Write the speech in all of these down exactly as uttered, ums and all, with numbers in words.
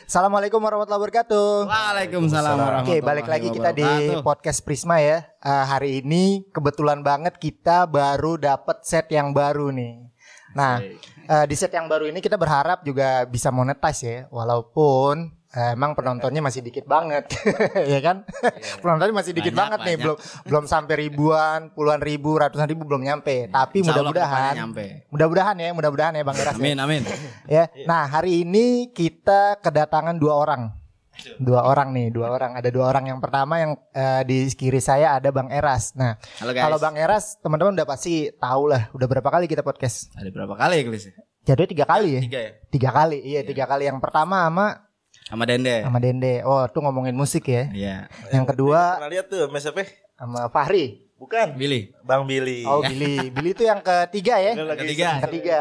Assalamualaikum warahmatullahi wabarakatuh. Waalaikumsalam warahmatullahi Oke, balik lagi kita di podcast Prisma ya. Uh, hari ini kebetulan banget kita baru dapat set yang baru nih. Nah, uh, di set yang baru ini kita berharap juga bisa monetize ya, walaupun uh, emang penontonnya masih dikit banget, ya kan? Yeah. Penontonnya masih dikit banyak, banget banyak. nih, belum belum sampai ribuan, puluhan ribu, ratusan ribu belum nyampe. Tapi mudah-mudahan, mudah-mudahan ya, mudah-mudahan ya Bang Eras. Amin, amin. Ya, nah hari ini kita kedatangan dua orang. Dua orang nih, dua orang. Ada dua orang. Yang pertama yang uh, di kiri saya ada Bang Eras. Nah, kalau Bang Eras, teman-teman udah pasti tahu lah. Udah berapa kali kita podcast? Ada berapa kali ya, Klis? Jadi tiga kali ya? Tiga ya? Tiga kali, iya, iya. tiga kali. Yang pertama sama sama Dende. Sama Dende. Oh, tuh ngomongin musik ya? Iya. Yang kedua pernah lihat tuh Mas Epe? Sama Fahri. Bukan, Billy. Bang Billy. Oh, Billy. Billy itu yang ketiga ya? Yang ketiga. Yang ketiga.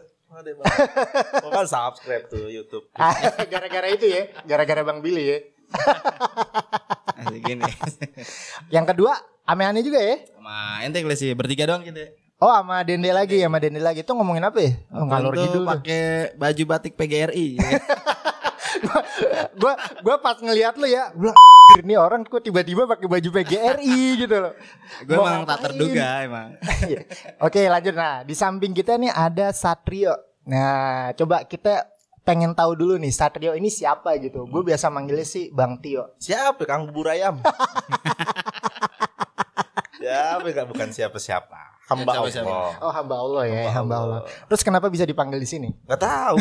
Oh kan subscribe tuh YouTube. Gara-gara itu ya? Gara-gara Bang Billy ya? Gini. Yang kedua ame-ane juga ya? Sama ente Klis sih, bertiga doang gitu. Oh, sama Dende lagi, sama Dende lagi. Itu ngomongin apa ya? Oh, ngalor gitu pakai baju batik P G R I. Gua gua pas ngelihat lu ya, bilang ini orang kok tiba-tiba pakai baju P G R I gitu loh. Gue emang tak terduga emang. Oke, lanjut. Nah, di samping kita nih ada Satrio. Nah, coba kita pengen tahu dulu nih Satrio ini siapa gitu. Gue biasa manggilnya sih Bang Tio. Siapa Kang Bubur Ayam? Siapa enggak bukan siapa-siapa. Hamba Allah. Siapa? Oh, hamba Allah ya, hamba, hamba Allah. Allah. Terus kenapa bisa dipanggil di sini? Enggak tahu.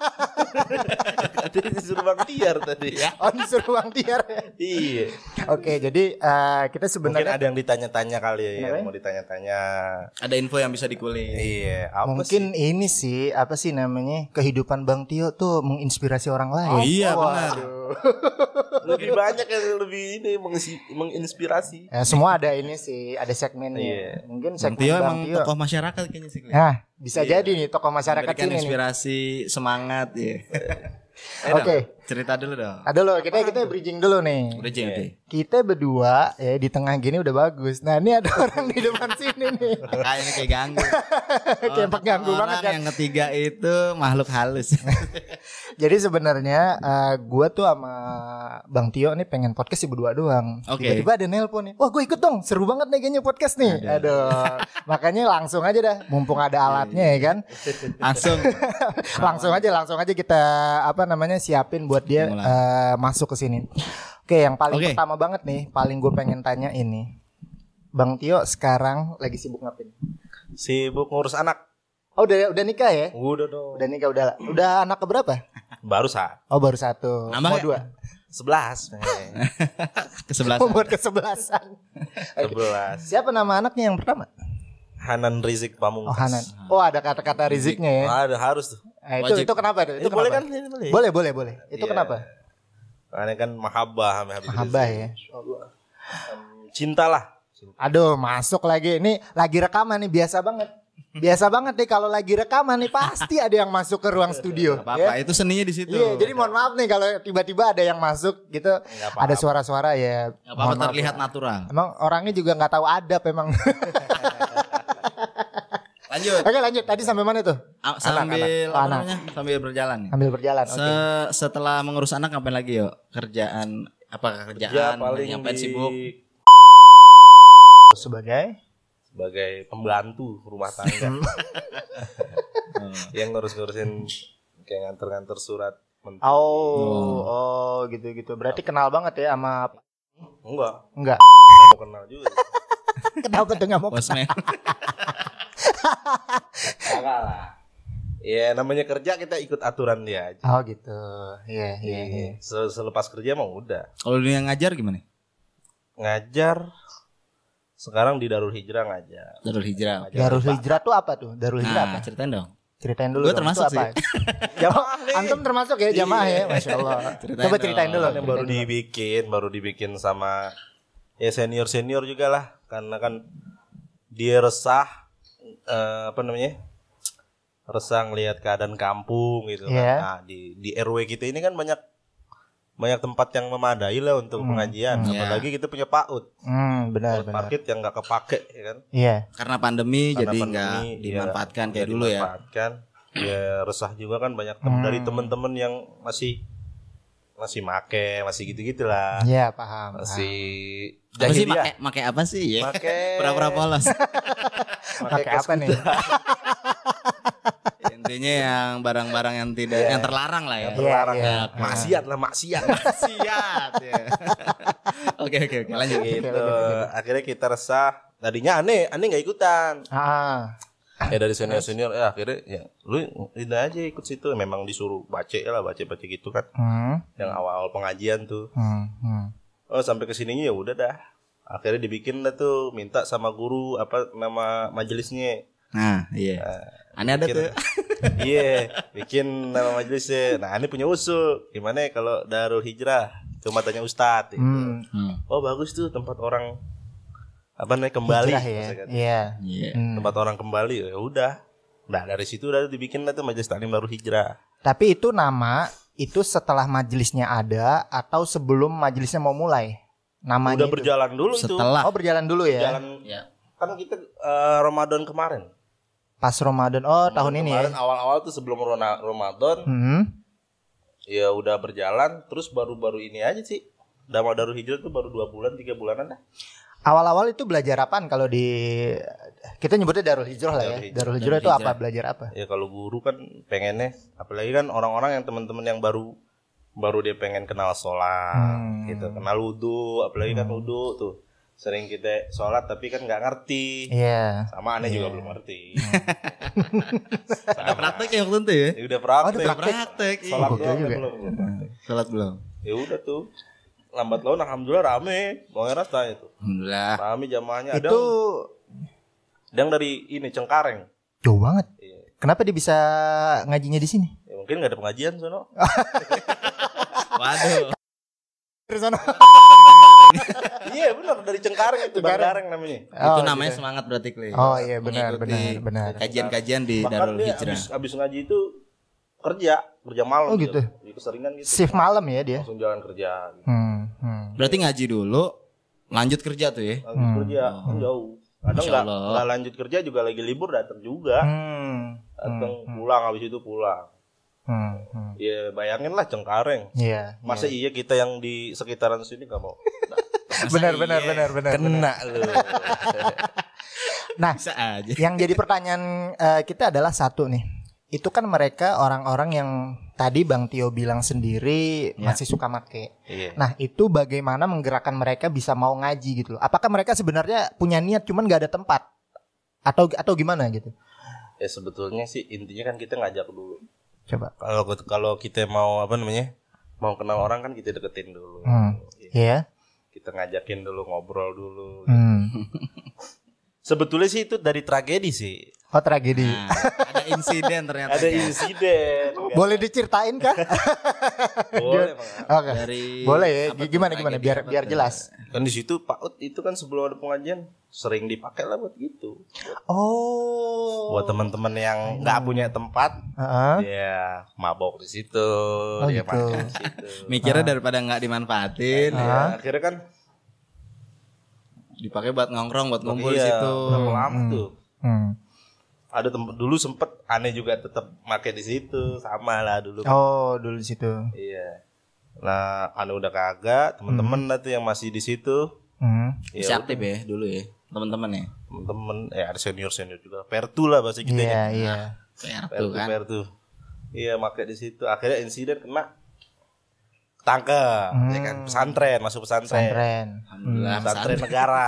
Tadi disuruh Bang Tiar tadi. Oh, disuruh Bang Tiar. Iya. Oke, jadi uh, kita sebenarnya mungkin ada yang ditanya-tanya kali ya, yang mau ditanya-tanya. Ada info yang bisa dikulik. Iya, apa mungkin sih? ini sih, apa sih namanya? Kehidupan Bang Tio tuh menginspirasi orang lain. Oh, iya, oh, benar. Lebih banyak yang lebih ini menginspirasi. Ya, semua ada ini sih, ada segmennya. Iya. Mungkin segmen Bang Tio emang tokoh masyarakat kayaknya sih. Nah, bisa iya. jadi nih tokoh masyarakat sini inspirasi nih. Semangat ya. Oke, okay. Cerita dulu dong. Ada dulu, kita kita bridging dulu nih. Bridging, oke. Okay. Kita berdua ya di tengah gini udah bagus. Nah, ini ada orang di depan sini nih. Kayaknya kayak ganggu. Kayak pengganggu banget kan. Yang ketiga itu makhluk halus. Jadi sebenarnya uh, gue tuh sama Bang Tio nih pengen podcast sih berdua doang. Okay. Tiba-tiba ada nelpon nih. Wah, gue ikut dong. Seru banget nih kayaknya podcast nih. Aduh. Aduh. Makanya langsung aja dah. Mumpung ada alatnya ya kan. Langsung. langsung aja, langsung aja kita apa namanya siapin buat dia uh, masuk ke sini. Oke, yang paling okay. pertama banget nih, paling gue pengen tanya ini. Bang Tio sekarang lagi sibuk ngapain? Sibuk ngurus anak. Oh, udah udah nikah ya? Udah dong. Udah nikah udah. Udah anak keberapa? Baru satu. Oh, baru satu. Nambah mau ya? dua. Sebelas. Kesebelasan. Buat kesebelasan. Sebelas. Siapa nama anaknya yang pertama? Hanan Rizik Pamungkas. Oh, Hanan. Oh, ada kata-kata Riziknya ya? Oh, ada harus tuh. Nah, itu itu kenapa tuh? Itu boleh kenapa? kan? Boleh. Boleh, boleh, boleh. Itu yeah. kenapa? Karena kan mahabbah sama Habib Rizik. Mahabbah ya. Cintalah. Aduh, masuk lagi. Ini lagi rekaman nih, biasa banget. Biasa banget nih kalau lagi rekaman nih pasti ada yang masuk ke ruang studio. Gak apa-apa, ya? Itu seninya di situ. Iya, jadi mohon maaf nih kalau tiba-tiba ada yang masuk gitu, ada suara-suara ya. Gak apa-apa, terlihat natural. Emang orangnya juga nggak tahu adab emang. Lanjut. Oke, lanjut. Tadi sampai mana tuh? A- sambil anak, apa namanya? Sambil berjalan. Sambil berjalan. Se- okay. Setelah mengurus anak ngapain lagi yuk? Kerjaan apa kerjaan? Kerja paling yang di... sibuk. Sebagai sebagai pembantu rumah tangga. Yang ngurus-ngurusin kayak nganter-nganter surat menteri. Oh, oh, oh gitu-gitu. Berarti kenal banget ya sama Enggak. Enggak. Enggak mau kenal juga. Kenapa tuh enggak mau Bosman? Enggak lah. Ya namanya kerja kita ikut aturan dia aja. Oh gitu. Iya, iya, iya. Selepas kerja mah udah. Kalau dia ngajar gimana? Ngajar sekarang di Darul Hijrah ngajar. Darul Hijrah. Darul Hijrah tuh apa tuh? Darul Hijrah nah, apa? Ceritain dong. Ceritain dulu. Gue termasuk sih. Jamaah antum termasuk ya jamaah ya, masya Allah. Ceritain Coba dong. ceritain dulu. Yang baru dibikin, baru dibikin sama ya senior senior juga lah, karena kan dia resah, uh, apa namanya, resah ngelihat keadaan kampung gitu. Yeah. Kan. Nah di di R W kita ini kan banyak banyak tempat yang memadai lah untuk hmm. pengajian. Hmm. Apalagi kita punya PAUD. Hmm, benar PAUD benar. parkir yang nggak kepake, ya kan? Iya. Yeah. Karena pandemi Karena jadi nggak ya, dimanfaatkan kayak dulu ya. Dimanfaatkan. Ya resah juga kan banyak tem- hmm. dari teman-teman yang masih masih make, masih gitu-gitulah. Iya, paham. Masih Apa sih jahiliyah. make make apa sih ya? Make Pura-pura polos. Pakai apa nih? Intinya yang barang-barang yang tidak yang terlarang lah ya. Yang terlarang Iya, ya. iya. Maksiat lah, maksiat. Siap ya. Oke oke oke lanjut. Gitu. Akhirnya kita resah. Tadinya aneh, aneh nggak ikutan. Ah. Ya dari senior senior ya akhirnya ya lu ini aja ikut situ. Memang disuruh baca lah, baca baca gitu kan. Hmm. Yang awal pengajian tuh. Hmm. Hmm. Oh sampai kesininya ya udah dah. Akhirnya dibikin dah tuh, minta sama guru apa nama majelisnya. Nah iya. Aneh ada Bikin- tuh. Iya, bikin nama majelisnya. Nah, ini punya usul. Gimana ya kalau Darul Hijrah? Cuma tanya Ustadz. Gitu. Hmm. Hmm. Oh bagus tuh tempat orang apa namanya kembali. Hijrah ya. maksudnya kan. Iya. Iya. Hmm. Tempat orang kembali. Ya udah. Nah dari situ udah dibikin lah tuh Majelis Taklim Darul Hijrah. Tapi itu nama itu setelah majelisnya ada atau sebelum majelisnya mau mulai? Namanya Udah itu. berjalan dulu itu. Setelah. Oh, berjalan dulu ya. Jalan Ya. kan kita eh, Ramadan kemarin. Pas Ramadan. Oh, tahun ini ya. Kemarin awal-awal tuh sebelum Rona- Ramadan Hmm. ya udah berjalan. Terus baru-baru ini aja sih. Dama Darul Hijrah tuh baru dua bulan tiga bulanan dah. Awal-awal itu belajar apaan kalau di kita nyebutnya Darul Hijrah lah ya. Darul Hijrah. Darul Hijrah itu Darul apa? Hijrah. Belajar apa? Ya kalau guru kan pengennya, apalagi kan orang-orang yang teman-teman yang baru baru dia pengen kenal sholat, Hmm. gitu, kenal wudu, apalagi kan wudu tuh sering kita sholat tapi kan nggak ngerti, Iya. sama aneh juga Iya. belum ngerti. Ada praktek ya waktu itu ya? Ya udah praktek, Oh, ada praktek. Praktek. iya. sholat Oh, gokil doang juga. kan belum. belum praktek. Sholat belum. Ya udah tuh, lambat laun alhamdulillah rame, mau ngeras tanya tuh, Alhamdulillah. rame jamaahnya. Ada Itu yang, ada yang dari ini Cengkareng, jauh banget. Iya. Kenapa dia bisa ngajinya di sini? Ya, mungkin nggak ada pengajian sono. Waduh. Dari sana. Iya benar dari Cengkareng itu, Cengkareng namanya. Itu Oh, namanya gitu. semangat berarti Kli. Oh, iya, benar, Mengikuti benar, benar. Kajian-kajian di Bahkan Darul dia Hijrah. abis, abis ngaji itu kerja kerja malam Oh, gitu. Jadi keseringan gitu Shift malam ya dia. langsung jalan kerja gitu. Hmm. hmm. Berarti ngaji dulu, lanjut kerja tuh ya. Lanjut Hmm. kerja kan jauh kadang Masya nggak Allah. nggak lanjut kerja juga lagi libur datang juga Hmm. datang pulang habis itu pulang Hmm. hmm. ya bayangin lah Cengkareng Iya. masa iya kita yang di sekitaran sini nggak mau Masa Benar, iya? benar, benar, benar. benar. kena lu Nah, Bisa aja. yang jadi pertanyaan eh, kita adalah satu nih. Itu kan mereka orang-orang yang tadi Bang Tio bilang sendiri Ya. masih suka make. iya Nah, itu bagaimana menggerakkan mereka bisa mau ngaji gitu loh. Apakah mereka sebenarnya punya niat cuman gak ada tempat? Atau atau gimana gitu? ya sebetulnya sih intinya kan kita ngajak dulu Coba. kalau kalau kita mau apa namanya mau kenal orang kan kita deketin dulu Hmm. Iya. Iya. Kita ngajakin dulu ngobrol dulu Hmm. sebetulnya sih itu dari tragedi sih Oh, tragedi. Nah, ada insiden ternyata. ada ya. insiden Boleh diceritain kah? boleh Bang. Oke. Dari Boleh ya. apa tuh, Gimana gimana tragedi biar apa biar tuh? jelas. Kan di situ Pak Ut itu kan sebelum ada pengajian sering dipakai lah buat gitu. Oh. Buat teman-teman yang nggak punya tempat, Heeh. dia mabok di situ, dia gitu. makan di situ. Mikirnya daripada nggak dimanfaatin, Ya, akhirnya kan dipakai buat nongkrong, buat ngumpul di iya, situ. berapa lama tuh. Hmm. Ada tempat dulu sempet aneh juga tetap pakai di situ, sama lah dulu. Oh, dulu di situ. Iya. Nah, aneh udah kagak, teman-teman lah tuh yang masih di situ. Hmm. Ya, Masih aktif ya dulu ya, teman-teman ya. teman-teman, eh ada senior-senior juga. Pertu lah bahasa kita Iya, ya. iya. P R tuh Pertu, kan. Pertu. Iya, pakai di situ. Akhirnya insiden kena tangkap, ya kan pesantren, masuk pesantren. Pesantren. Alhamdulillah. Pesantren negara.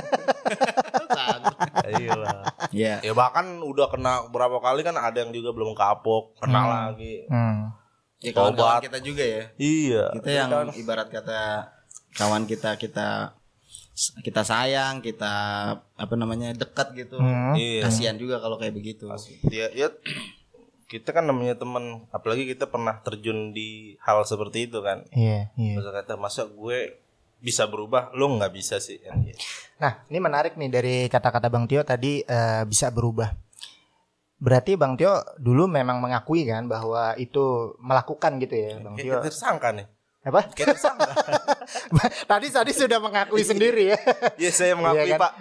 Iya lah. Iya. Ya bahkan udah kena berapa kali kan ada yang juga belum kapok, kena lagi. Hmm. Ya kawan-kawan Tobat. kita juga ya. Iya. Kita yang ibarat kata kawan kita kita kita sayang, kita apa namanya dekat gitu. Hmm. Iya. Kasihan juga kalau kayak begitu. Ya, ya kita kan namanya teman, apalagi kita pernah terjun di hal seperti itu kan. Iya, iya. Masa kata masa gue bisa berubah, lo nggak bisa sih. Kan? Nah, ini menarik nih dari kata-kata Bang Tio tadi eh, bisa berubah. Berarti Bang Tio dulu memang mengakui kan bahwa itu melakukan gitu ya, Bang Tio. Kayak tersangka nih. Apa? Kayak tersangka. tadi tadi sudah mengakui sendiri ya. Iya saya mengakui Iya kan? Pak.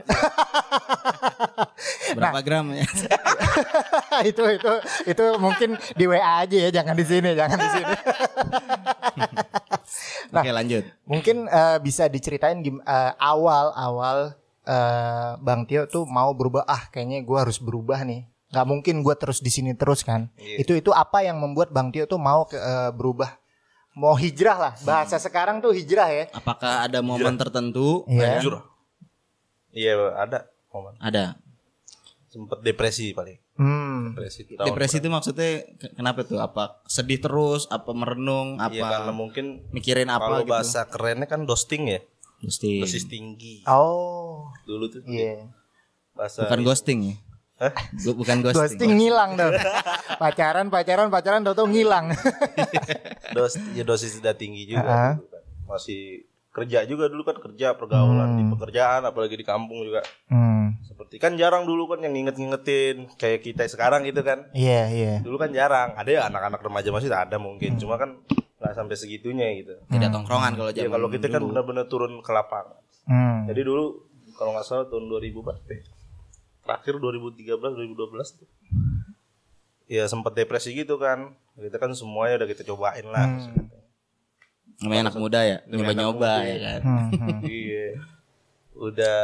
Berapa gram ya? itu itu itu mungkin di W A aja ya, jangan di sini, jangan di sini. Nah, Oke, lanjut. Mungkin uh, bisa diceritain gim- uh, awal-awal uh, Bang Tio tuh mau berubah. Ah, kayaknya gue harus berubah nih. Gak mungkin gue terus di sini terus kan. Iya. Itu itu apa yang membuat Bang Tio tuh mau ke, uh, berubah? Mau hijrah lah. Bahasa hmm. sekarang tuh hijrah ya. Apakah ada momen hijrah tertentu? Iya. Hijrah. Iya, ada momen. Ada. Sempet depresi paling. Hmm. Depresi, depresi itu maksudnya kenapa tuh? Apa sedih terus? Apa merenung? Apa? Iya, karena mungkin mikirin apa? Kalau gitu? bahasa kerennya kan ghosting ya. Ghosting. Dosis tinggi. Oh. Dulu tuh. Iya. Yeah. Bahasa bukan itu. Ghosting ya? Hah? Bukan ghosting. Ghosting ngilang dong. pacaran, pacaran, pacaran, tau-tau ngilang. Dos, ya dosis sudah tinggi juga. Uh-huh. Dulu kan. Masih kerja juga dulu kan kerja pergaulan hmm. di pekerjaan apalagi di kampung juga. Hmm. Seperti kan jarang dulu kan yang nginget-ngingetin kayak kita sekarang gitu kan. Iya, yeah, iya. Yeah. Dulu kan jarang. Ada ya anak-anak remaja masih ada mungkin. Hmm. Cuma kan enggak sampai segitunya gitu. Tidak tongkrongan kalau zaman. Ya kalau kita dulu. Kan benar-benar turun ke lapangan. Hmm. Jadi dulu kalau enggak salah tahun dua ribu berapa? Terakhir dua ribu tiga belas dua ribu dua belas tuh. Ya sempat depresi gitu kan. Kita kan semuanya udah kita cobain lah. Hmm. Namanya anak muda ya, nyoba-nyoba ya kan. Hmm. Iya. Udah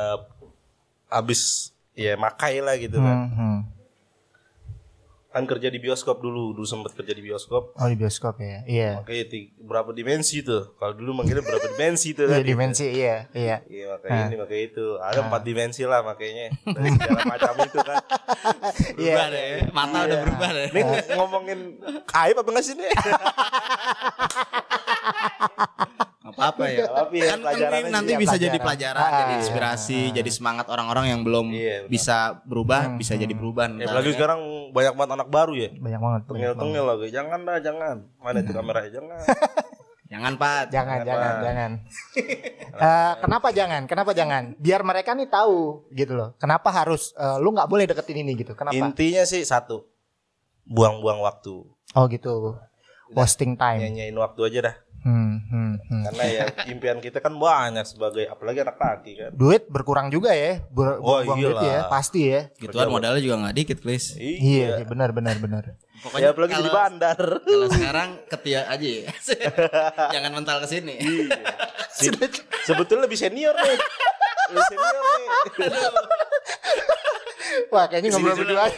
habis ya makai lah gitu kan. Hmm. Kan kerja di bioskop dulu, dulu sempat kerja di bioskop. Oh, di bioskop ya. Iya. Makanya t- berapa dimensi tuh? Kalau dulu manggilnya berapa dimensi tuh kan? Iya, dimensi gitu. Iya, iya. Iya, makanya ini makanya itu. Ada empat dimensi lah makanya. Dari segala macam itu kan. Berubah deh. Mata udah berubah deh. Ini ngomongin aib apa enggak sih nih? Apa-apa ya. Apa ya, kan, kan nanti ya, bisa pelajaran. jadi pelajaran, ah, jadi inspirasi, ah, jadi semangat orang-orang yang belum iya, bisa berubah, hmm, bisa hmm. jadi berubah. Ya, apalagi kan? Sekarang banyak banget anak baru ya. Banyak banget. Tengil-tengil lagi. Jangan dah, jangan. Mana itu kameranya? Jangan. Jangan, Pat. Jangan, jangan, jangan. jangan. uh, kenapa jangan? Kenapa jangan? Biar mereka nih tahu gitu loh. Kenapa harus uh, lu nggak boleh deketin ini gitu? Kenapa? Intinya sih satu. Buang-buang waktu. Oh gitu. Wasting time. Nyanyain waktu aja dah. Hmm, hmm, hmm. Karena ya impian kita kan banyak sebagai apalagi anak laki kan. Duit berkurang juga ya. Ber- oh, buang duit ya, pasti ya. Gituan modalnya juga enggak dikit, Klis. Iya, iya, benar benar benar. Pokoknya ya, apalagi kalau, di bandar. Kalau sekarang ketia aja ya. Jangan mental ke sini. Iya. Sebetulnya lebih senior nih. Lebih senior nih. Wah, kayaknya ngobrol berdua.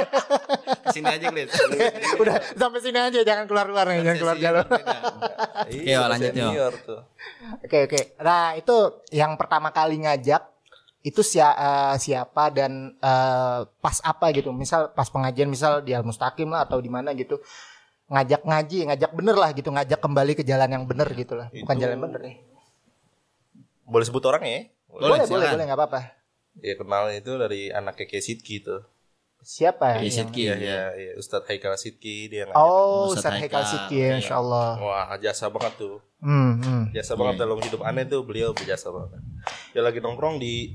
Sini aja, Klis. Udah sampai sini aja, jangan keluar-keluar nih, jangan keluar jalur. Oke, lanjut yuk. Oke, oke. Nah, itu yang pertama kali ngajak itu si, uh, siapa dan uh, pas apa gitu. Misal pas pengajian misal di Al Mustaqim lah atau di mana gitu. Ngajak ngaji, ngajak bener lah gitu, ngajak kembali ke jalan yang bener gitu lah. Bukan itu... jalan bener nih. Boleh sebut orang ya? Boleh, boleh, boleh, boleh enggak apa-apa. Ya kenal itu dari anak Keke Sidki tuh. Siapa ya? Sidki ya, ya, ya. Ustadz Haikal Sidki dia ngajak. Oh, Ustadz Haikal Sidki ya, insyaallah. Wah, jasa banget tuh. Hmm, hmm. Jasa banget yeah. dalam hidup aneh tuh beliau berjasa banget. Dia lagi nongkrong di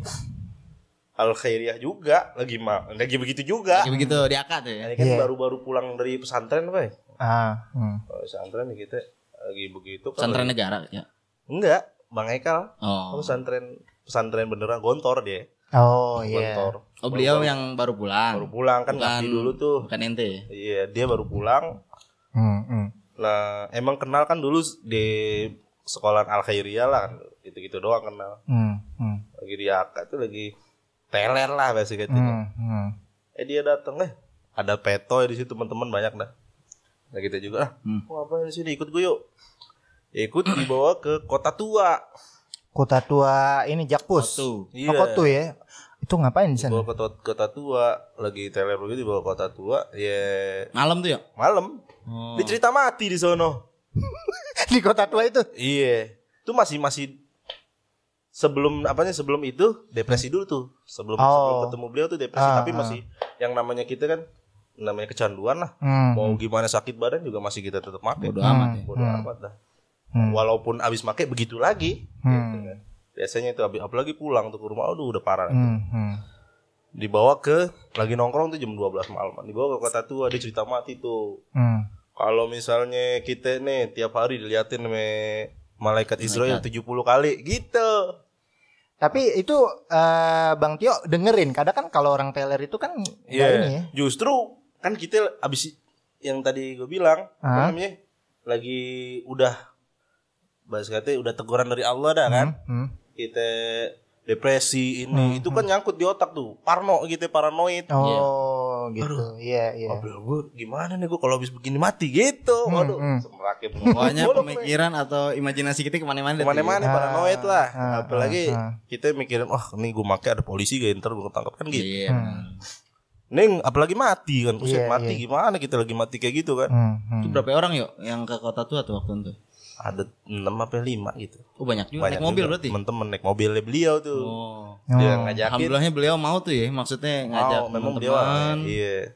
Al Khairiyah juga, lagi mah, lagi begitu juga. Lagi begitu di akad ya. Ini kan yeah. baru-baru pulang dari pesantren, Pak. Ah, hmm. Oh, pesantren kita lagi begitu. Pesantren negara ya. Enggak, Bang Haikal. Oh. Pesantren pesantren beneran Gontor dia. Oh iya. Yeah. Oh beliau baru, yang baru pulang. Baru pulang kan ngaji dulu tuh. Bukan ente. Iya, dia baru pulang. Hmm, hmm. Nah, emang kenal kan dulu di sekolahan Al Khairiyah lah, gitu-gitu doang kenal. Hmm, hmm. Lagi di akad tuh lagi teler lah bahasa gitu. Hmm, hmm. Eh dia datang eh ada Peto di situ teman-teman banyak dah. Nah kita juga ah, hmm. oh, apa di sini ikut gue yuk. Ikut dibawa ke Kota Tua. Kota Tua ini Jakpus. Kotu. Iya. Oh, Kotu ya. Itu ngapain di sana? Dibawa ke Kota Tua, lagi teler begitu dibawa ke Kota Tua, ya malam tuh ya? Malam. Oh. Dicerita mati di sono. Di Kota Tua itu? Iya. Itu masih masih sebelum apanya sebelum itu depresi dulu tuh. Sebelum, oh. sebelum ketemu beliau tuh depresi, ah, tapi masih ah. yang namanya kita kan namanya kecanduan lah. Hmm. Mau gimana sakit badan juga masih kita tetap pakai. Bodoh amat ya. Bodoh hmm. amat dah. Hmm. Walaupun abis pakai begitu lagi. Hmm. Gitu kan. Biasanya itu abis, apalagi pulang tuh ke rumah, aduh udah parah. Hmm. Hmm. Dibawa ke lagi nongkrong tuh jam dua belas malam. Dibawa ke Kota Tua, dia cerita mati tuh. Hmm. Kalau misalnya kita nih tiap hari diliatin sama malaikat Israel tujuh puluh kali gitu. Tapi itu uh, Bang Tio dengerin. Kadang kan kalau orang teler itu kan yeah. ini ya. Justru kan kita abis yang tadi gue bilang, apa namanya? Lagi udah bahas kata udah teguran dari Allah dah kan. Hmm, hmm. Kita depresi ini hmm, itu kan hmm. nyangkut di otak tuh, parno gitu, paranoid. Oh, yeah. gitu. Iya, iya. Aduh, gue gimana nih gue kalau habis begini mati gitu. Waduh, hmm, hmm. pokoknya pemikiran atau imajinasi kita kemana-mana. Kemana-mana paranoid lah. Ah, apalagi ah, ah. kita mikirin, wah oh, nih gue make ada polisi gak ntar gue ketangkap kan gitu. Iya. Hmm. Neng, apalagi mati kan, Buset, yeah, mati yeah. gimana kita lagi mati kayak gitu kan. Hmm, hmm. Itu berapa orang yuk yang ke kota tua tuh waktu itu? Ada enam apa lima gitu. Oh banyak juga banyak naik mobil juga. Berarti temen-temen naik mobilnya beliau tuh. Oh. Dia ngajakin. Alhamdulillahnya beliau mau tuh ya, maksudnya ngajak oh, memang beliau iya.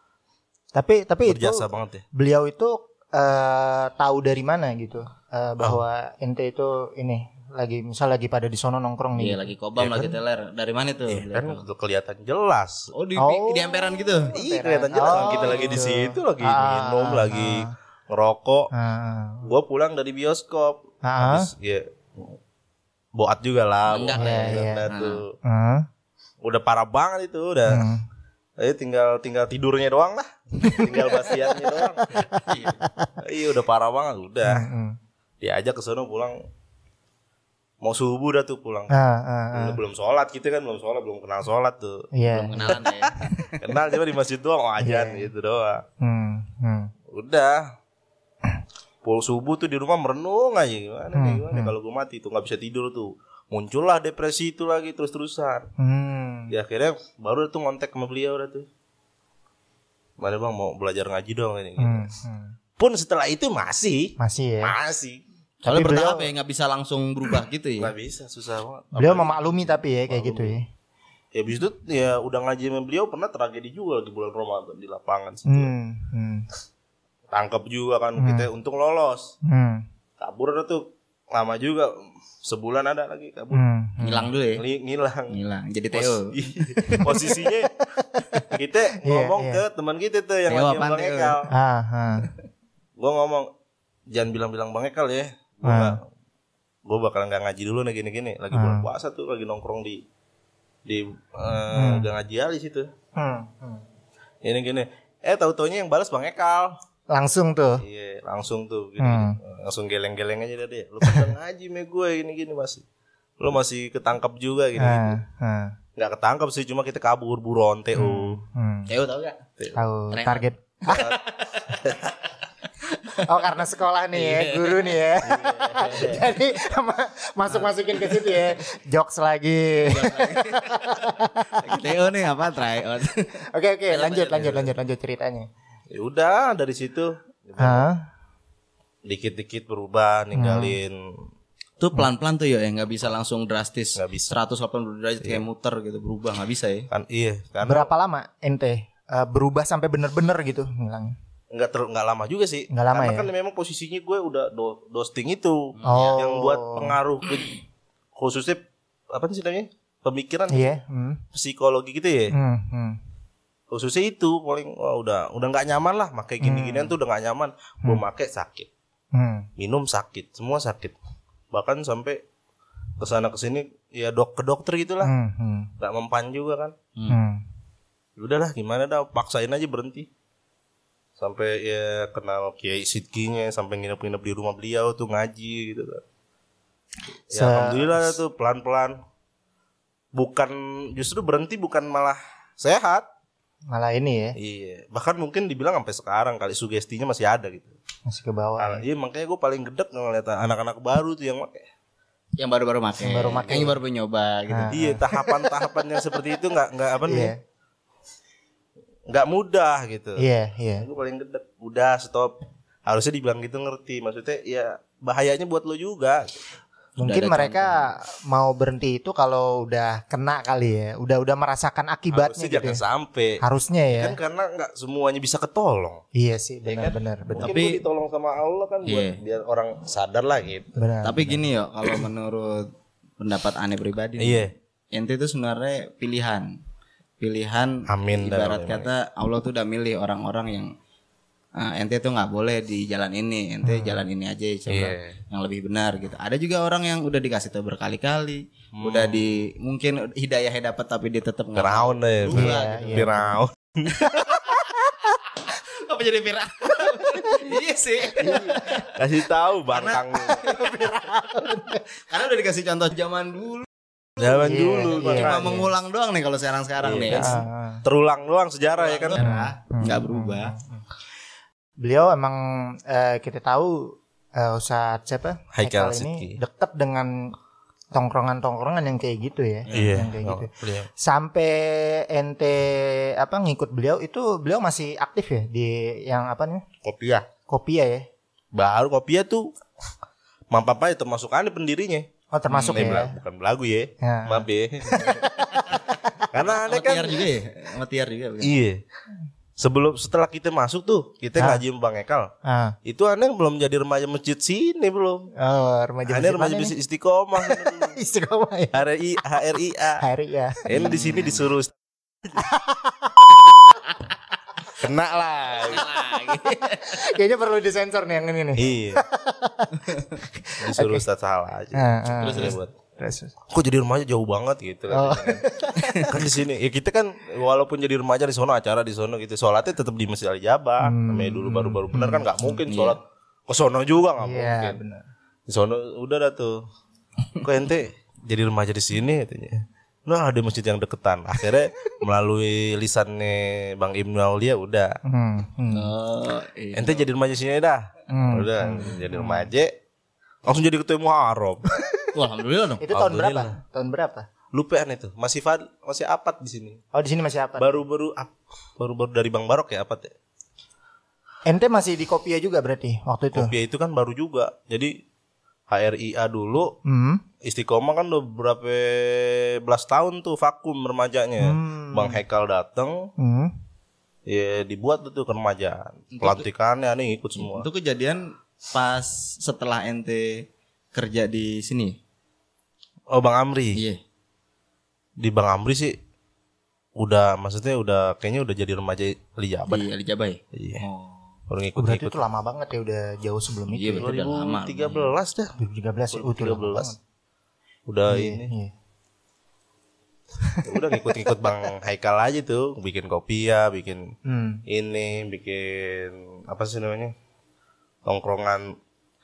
Tapi tapi berjasa itu banget ya. Beliau itu uh, tahu dari mana gitu uh, bahwa oh. ente itu ini lagi misal lagi pada di sono nongkrong nih. Iya, lagi kobam, iya, lagi kan? Teler. Dari mana tuh? Iya, kan udah kelihatan jelas. Oh, di oh. di emperan gitu. Iya, kelihatan jelas. Oh, kita lagi di situ lagi ah, minum, ah, lagi ngerokok. Ah. Gua pulang dari bioskop. Ah. Habis ya boat juga lah. Enggak ya, ya. Tuh. Ah. Udah parah banget itu, udah. Hmm. Jadi tinggal tinggal tidurnya doang lah. Tinggal basiannya doang. Iya, udah parah banget, udah. Hmm. Diajak ke sono pulang. Mau subuh dah tuh pulang. Ah, ah, ah. Belum sholat kita kan belum sholat belum kenal sholat tuh. Yeah. Belum kenalan ya. Kenal cuma di masjid doang, oh ajan yeah. gitu doang. Hmm, hmm. Udah. Pul subuh tuh di rumah merenung aja gimana hmm, nih gimana hmm. kalau gue mati tuh nggak bisa tidur tuh. Muncullah depresi itu lagi terus-terusan. Hmm. Ya akhirnya baru tuh ngontek sama beliau udah tuh. Mana bang mau belajar ngaji dong ini. Gitu. Hmm, hmm. Pun setelah itu masih. Masih ya. Masih. Soalnya bertahap ya nggak bisa langsung berubah gitu ya. Nggak bisa, susah banget. Beliau memaklumi tapi ya kayak maklumi. Gitu ya. Ya abis itu ya udah ngaji sama beliau pernah tragedi juga di bulan Ramadan di lapangan situ. Hmm, hmm. Tangkap juga kan hmm. kita untung lolos. Hmm. Kabur ada tuh lama juga sebulan ada lagi kabur. Hmm. Hmm. Ngilang dulu ya. Ngilang. Ngilang. Jadi Teo. Posisinya kita ngomong yeah, yeah. ke teman kita tuh yang lagi Bang Ekal. Ah, ah. Gua ngomong jangan bilang-bilang Bang Ekal ya. Gue hmm. gue bakalan gak ngaji dulu nih gini-gini. Lagi bulan hmm. puasa tuh lagi nongkrong di di uh, hmm. gak ngaji alis itu. Hmm. Hmm. Ini gini. Eh tahu-taunya yang balas Bang Ekal. Langsung tuh. Iya, langsung tuh gini, hmm. langsung geleng-geleng aja deh. Lu kan ngaji me gue gini-gini masih. Lu masih ketangkap juga gini. Hmm. Hmm. Gak ketangkap sih, cuma kita kabur buron T O. Hmm. T O tahu gak? Tahu target. Oh karena sekolah nih ya, guru nih ya. Jadi masuk-masukin ke situ ya. Jokes lagi. Teo nih apa try out. Oke oke, lanjut lanjut lanjut lanjut ceritanya. Ya udah dari situ. Dikit-dikit berubah, ninggalin. Tuh pelan-pelan tuh ya, nggak bisa langsung drastis. Nggak bisa. seratus delapan puluh derajat kayak muter gitu berubah nggak bisa ya. Kan iya. Karena berapa lama ente uh, berubah sampai bener-bener gitu ngilang? Nggak ter nggak lama juga sih. Nggak lama karena ya? kan memang posisinya gue udah do, dosting itu oh. yang buat pengaruh ke khususnya apa sih namanya pemikiran yeah. hmm. psikologi gitu ya. Hmm. Hmm. Khususnya itu paling oh, udah udah nggak nyaman lah pakai gini-ginian hmm. tuh udah nggak nyaman. Hmm. Gue pakai sakit, hmm. minum sakit, semua sakit. Bahkan sampai kesana kesini ya dok ke dokter gitulah. Hmm. Nggak hmm. mempan juga kan. Hmm. Udahlah gimana dah paksain aja berhenti. Sampai ya kenal Kiai Sidkinya, sampai nginep-nginep di rumah beliau tuh ngaji gitu kan. Ya Se- alhamdulillah tuh pelan-pelan. Bukan justru berhenti bukan malah sehat. Malah ini ya. Iya, bahkan mungkin dibilang sampai sekarang kali sugestinya masih ada gitu. Masih ke bawah. Nah, ya. Iya, makanya gue paling gedek ngeliat anak-anak baru tuh yang pakai. Yang baru-baru pakai. Yang baru pakai. Yang baru nyoba gitu. Nah, iya, tahapan-tahapan yang seperti itu enggak enggak apa nih? Iya. Nggak mudah gitu. Iya, yeah, iya. Yeah. Gue paling gede. Udah stop. Harusnya dibilang gitu ngerti. Maksudnya ya bahayanya buat lo juga. Mungkin mereka contoh. Mau berhenti itu kalau udah kena kali ya. Udah udah merasakan akibatnya. Harusnya gitu. Jangan sampai. Harusnya ya. Kan karena nggak semuanya bisa ketolong. Iya sih, benar-benar. Mungkin Tapi gue ditolong sama Allah kan yeah. buat biar orang sadar lah gitu. Benar, Tapi benar. Gini yo, kalau menurut pendapat aneh pribadi. Iya. Yeah. Ente itu sebenarnya pilihan. Pilihan Amin, ibarat kata Allah tuh udah milih orang-orang yang uh, ente tuh nggak boleh di jalan ini, ente hmm. jalan ini aja coba yeah. yang lebih benar gitu. Ada juga orang yang udah dikasih tahu berkali-kali, hmm. udah di mungkin hidayahnya dapat tapi dia tetap nggak Firaun deh, Firaun. Firaun. Apa jadi Firaun? Iya sih. Kasih tahu bangkang. Karena udah dikasih contoh zaman dulu. Zaman Iya, dulu iya. Cuma makanya. mengulang doang nih kalau sekarang-sekarang Iya, nih. kan. Ah. Terulang doang sejarah ya kan. Enggak berubah. Beliau emang eh, kita tahu eh, Ustadz siapa? Haikal ini Sidki. dekat dengan tongkrongan-tongkrongan yang kayak gitu ya. Iya. Yang kayak gitu. Oh, beliau. Sampai ente apa ngikut beliau itu beliau masih aktif ya di yang apa nih? Kopiah. Kopia ya. Baru Kopiah tuh Mampapa itu termasuk aneh pendirinya. Oh termasuk Eh, ya. bela- bukan belagu ya. Ya. Maaf ya. Karena aneh Sama kan. Tiar juga ya? Sama Tiar juga bukan? Iya. Sebelum setelah kita masuk tuh, kita Ah. ngaji sama Bang Ekal. Ah. Itu aneh belum jadi remaja masjid sini belum. Oh, remaja Aneh masjid remaja mana masjid nih? Istiqomah. Istiqomah ya. H R I H R I A. Hari ya. Ini di sini disuruh kena lah. Kayaknya perlu disensor nih yang ini nih. Iya. Disuruh Ustaz salah aja. Ah, ah. Terus terus buat. Terus. Kok jadi remaja jauh banget gitu Oh. katanya. Kan di sini ya kita kan walaupun jadi remaja di sono acara di sono gitu sholatnya tetap di Masjid Al-Jabah. Hmm. Namanya dulu baru-baru benar kan nggak mungkin sholat ke sono juga nggak Iya, mungkin. benar. Di sono udah dah tuh. Kok ente jadi remaja di sini katanya. Nah ada masjid yang deketan. Akhirnya melalui lisannya Bang Ibnu Aulia udah. Hmm. hmm. Oh, iya. Ente jadi remaja sini dah. Hmm. Udah jadi remaja. Langsung jadi ketua Muharram. Wah, alhamdulillah dong. Itu tahun berapa? Alhamdulillah. Tahun berapa? Lupa itu. Masih fad, masih apat di sini. Oh, di sini masih apa? Baru-baru ap- baru-baru dari Bang Barok ya apat ya. Ente masih di Kopia juga berarti waktu itu. Kopiah itu kan baru juga. Jadi H R I A dulu, Hmm. Istiqomah kan udah berapa belas tahun tuh vakum remajanya. Hmm. Bang Haikal dateng, Hmm. ya dibuat tuh keremajaan. Pelantikannya nih ikut semua. Itu kejadian pas setelah ente kerja di sini. Oh Bang Amri. Iya. Di Bang Amri sih udah maksudnya udah kayaknya udah jadi remaja Lijabat. Di Alijabah ya? Iya. Oh. Baru Oh, berarti ngikut-ngikut. itu lama banget ya, udah jauh sebelum Iya, itu. berarti udah lama. dua ribu tiga belas dah. dua ribu tiga belas ya. Oh, itu lama banget. Udah Iya, ini. iya. Udah ngikut-ngikut Bang Haikal aja tuh, bikin kopiah, bikin Hmm. ini, bikin apa sih namanya? Tongkrongan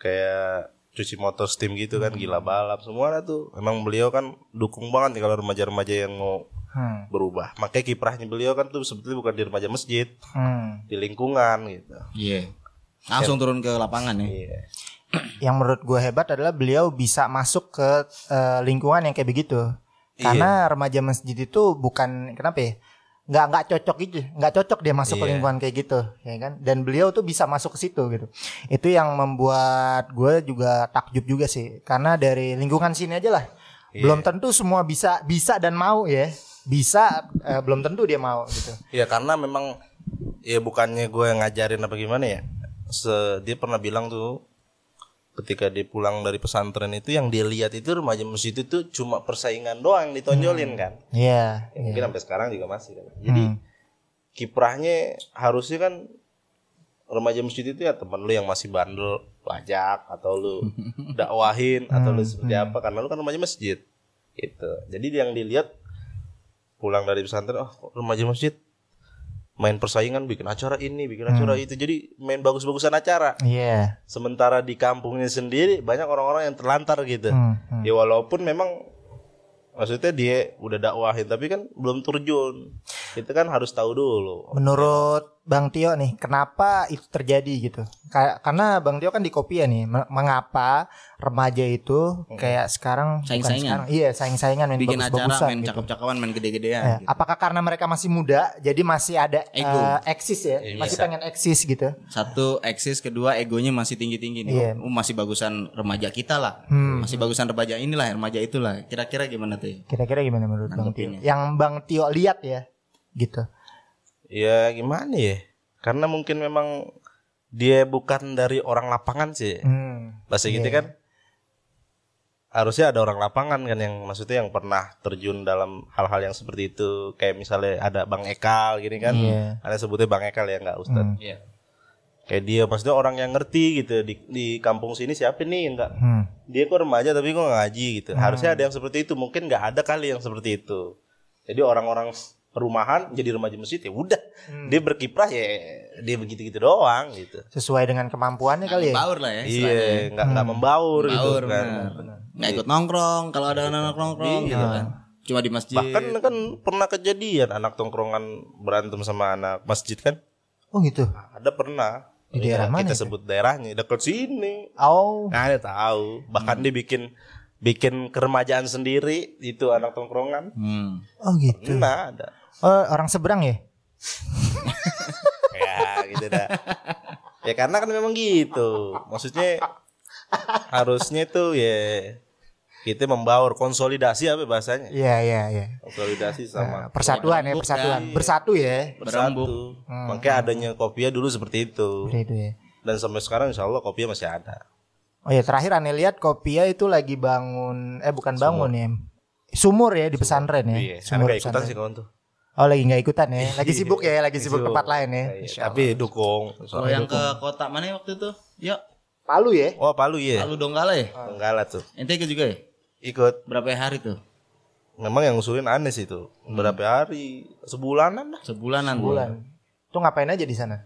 kayak cuci motor steam gitu kan, gila balap semua ada tuh. Emang beliau kan dukung banget nih kalau remaja-remaja yang mau Hmm. berubah. Makanya kiprahnya beliau kan tuh sebetulnya bukan di remaja masjid, Hmm. di lingkungan gitu. Iya. Langsung turun ke lapangan ya. Iya. Yang menurut gue hebat adalah beliau bisa masuk ke eh, lingkungan yang kayak begitu. Karena remaja masjid itu bukan kenapa ya? Nggak nggak cocok gitu, nggak cocok dia masuk ke Iya. lingkungan kayak gitu, ya kan? Dan beliau tuh bisa masuk ke situ gitu. Itu yang membuat gue juga takjub juga sih. Karena dari lingkungan sini aja lah, Iya. belum tentu semua bisa bisa dan mau ya. Bisa eh, belum tentu dia mau gitu. Ya karena memang ya bukannya gue yang ngajarin apa gimana ya. Se, dia pernah bilang tuh ketika dia pulang dari pesantren itu yang dia lihat itu remaja masjid itu cuma persaingan doang yang ditonjolin kan. Iya. Ya, mungkin sampai sekarang juga masih kan. Jadi Hmm. kiprahnya harusnya kan remaja masjid itu ya teman lu yang masih bandel pajak atau lu dakwahin atau lu seperti apa karena lu kan remaja masjid. Gitu. Jadi yang dilihat pulang dari pesantren, oh remaja masjid main persaingan bikin acara ini, bikin acara itu. Jadi main bagus-bagusan acara. Iya. Sementara di kampungnya sendiri banyak orang-orang yang terlantar gitu. Hmm, hmm. Ya walaupun memang maksudnya dia udah dakwahin tapi kan belum terjun. Kita kan harus tahu dulu. Menurut Bang Tio nih, kenapa itu terjadi gitu? Kayak karena Bang Tio kan di Kopia nih, me- mengapa remaja itu kayak sekarang bukan Saing-saingan. sekarang, iya saing-saingan main Bikin acara, bagus-bagusan main gitu. cakep-cakepan, main gede-gedean. Ya, gitu. apakah karena mereka masih muda, jadi masih ada Ego. eh, eksis ya, Iya. masih pengen eksis gitu? Satu eksis, kedua egonya masih tinggi-tinggi nih. Iya. Oh, masih bagusan remaja kita lah. Hmm. Masih bagusan remaja inilah, remaja itulah. Kira-kira gimana tuh? Kira-kira gimana menurut Bang Tio? Nanggepinnya. Yang Bang Tio lihat ya, gitu. Ya gimana ya? Karena mungkin memang dia bukan dari orang lapangan sih. Hmm. Bahasa gitu Iya. kan. Harusnya ada orang lapangan kan yang maksudnya yang pernah terjun dalam hal-hal yang seperti itu. Kayak misalnya ada Bang Ekal gini kan. Iya. Ada sebutnya Bang Ekal ya enggak Ustadz. Hmm. Iya. Kayak dia maksudnya orang yang ngerti gitu di di kampung sini siapa nih enggak. Hmm. Dia kok remaja tapi kok nggak ngaji gitu. Harusnya ada yang seperti itu. Mungkin nggak ada kali yang seperti itu. Jadi orang-orang perumahan jadi remaja masjid ya udah hmm. dia berkiprah ya dia begitu-gitu doang gitu sesuai dengan kemampuannya nah, kali ya membaur lah ya iya nggak nggak hmm. membaur, membaur gitu kan nggak ikut nongkrong kalau ada anak nongkrong gitu kan cuma di masjid bahkan kan pernah kejadian anak tongkrongan berantem sama anak masjid kan oh gitu ada pernah di daerah ya, mana kita itu? sebut daerahnya dekat sini oh nah ada tahu bahkan hmm. dia bikin bikin keremajaan sendiri itu anak tongkrongan hmm. oh gitu nah ada oh orang seberang ya ya gitu dah ya karena kan memang gitu maksudnya harusnya tuh ya kita membaur konsolidasi apa bahasanya iya iya iya konsolidasi sama uh, persatuan ya persatuan ya. bersatu ya bersatu hmm. makanya adanya Kopia dulu seperti itu itu ya dan sampai sekarang insya Allah Kopia masih ada oh ya terakhir aneh lihat Kopia itu lagi bangun eh bukan bangun sumur. ya sumur ya di pesantren ya iya. sumur Gak ikutan sih kawan tuh oh lagi nggak ikutan ya lagi sibuk ya lagi sibuk tempat lain ya tapi dukung kalau yang ke kota mana waktu itu yuk Palu ya oh Palu ya Palu Donggala ya Donggala tuh ente ikut juga ya ikut berapa hari tuh memang yang ngusulin Anes itu hmm. berapa hari sebulanan lah sebulanan sebulan tuh ngapain aja di sana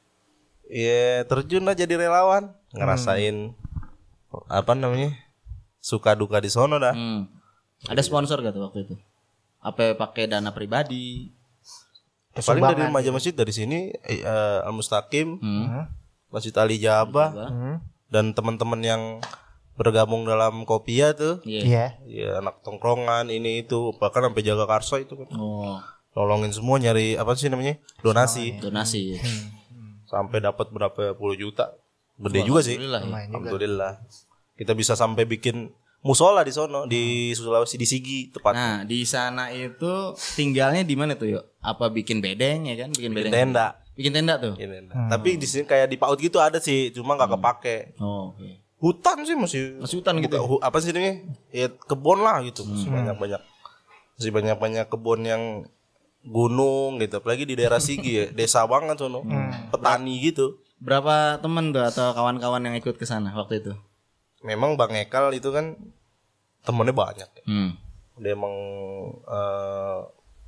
ya terjun aja jadi relawan ngerasain hmm. apa namanya suka duka di sono dah hmm. ada sponsor gak tuh waktu itu apa pakai dana pribadi paling dari remaja masjid dari sini uh, Al Mustaqim hmm. Masjid Ali Jabah hmm. dan teman-teman yang bergabung dalam Kopia tuh iya yeah. ya anak tongkrongan ini itu bahkan sampai jaga karso itu kan oh. nolongin semua nyari apa sih namanya donasi donasi hmm. sampai dapat berapa puluh juta gede juga sih alhamdulillah, ya. Alhamdulillah kita bisa sampai bikin musola di sono di Sulawesi di Sigi tepatnya. Nah di sana itu tinggalnya di mana tuh yuk? Apa bikin bedeng ya kan? Bikin, bikin bedeng. tenda. Bikin tenda tuh. Bikin tenda. Hmm. Tapi di sini kayak di PAUD gitu ada sih, cuma nggak hmm. kepake. Oh, oke. Okay. Hutan sih masih. Masih hutan gitu. Hu, apa sih ini? Ya kebun lah gitu. Hmm. Masih banyak-banyak. Masih banyak-banyak kebun yang gunung gitu. Apalagi di daerah Sigi ya, desa banget sono. Hmm. Petani gitu. Berapa teman tuh atau kawan-kawan yang ikut ke sana waktu itu? Memang Bang Ekal itu kan temennya banyak. Hmm. Dia emang uh,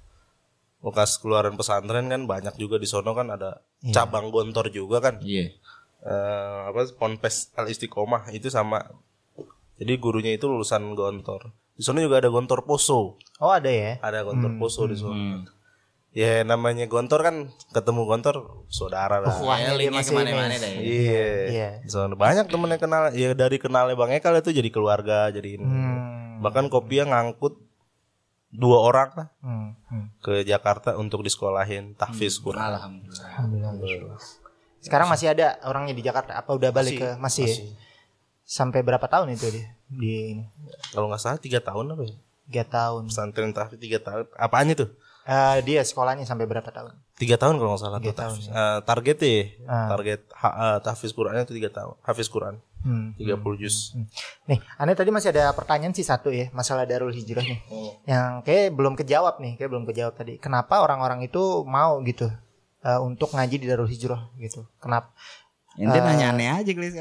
bekas keluaran pesantren kan banyak juga di sono kan ada yeah. cabang Gontor juga kan. Iya. Yeah. Uh, apa Ponpes Al Istiqomah itu sama. Jadi gurunya itu lulusan Gontor. Di sono juga ada Gontor Poso. Oh ada ya? Ada Gontor hmm. Poso di sono. Hmm. Ya namanya Gontor kan ketemu Gontor saudara lah. Oh, wah, dia masih kemana-mana deh. Iya. Iya. So, banyak temen yang kenal. Ya dari kenalnya Bang Ekal itu jadi keluarga, jadi ini. Hmm. Bahkan Kopia ngangkut dua orang lah hmm. Hmm. ke Jakarta untuk disekolahin tahfiz Quran. Hmm. Alhamdulillah. Alhamdulillah. Sekarang masih ada orangnya di Jakarta? Apa udah balik masih, ke masih? masih. Ya? Sampai berapa tahun itu dia di ini? Kalau nggak salah tiga tahun apa ya? Tiga tahun. Pesantren tahfiz tiga tahun. Apanya tuh? Uh, dia sekolahnya sampai berapa tahun? Tiga tahun kalau nggak salah. Tiga tahun. Ya. Uh, targetnya, uh. target uh, tahfiz Qurannya itu tiga tahun. Hafiz Quran, hmm. tiga puluh juz. Hmm. Nih, Ane tadi masih ada pertanyaan sih satu ya, masalah Darul Hijrah nih, hmm. yang kayak belum kejawab nih, kayak belum kejawab tadi. Kenapa orang-orang itu mau gitu uh, untuk ngaji di Darul Hijrah gitu? Kenapa? Ente uh, nanya aneh aja Glis.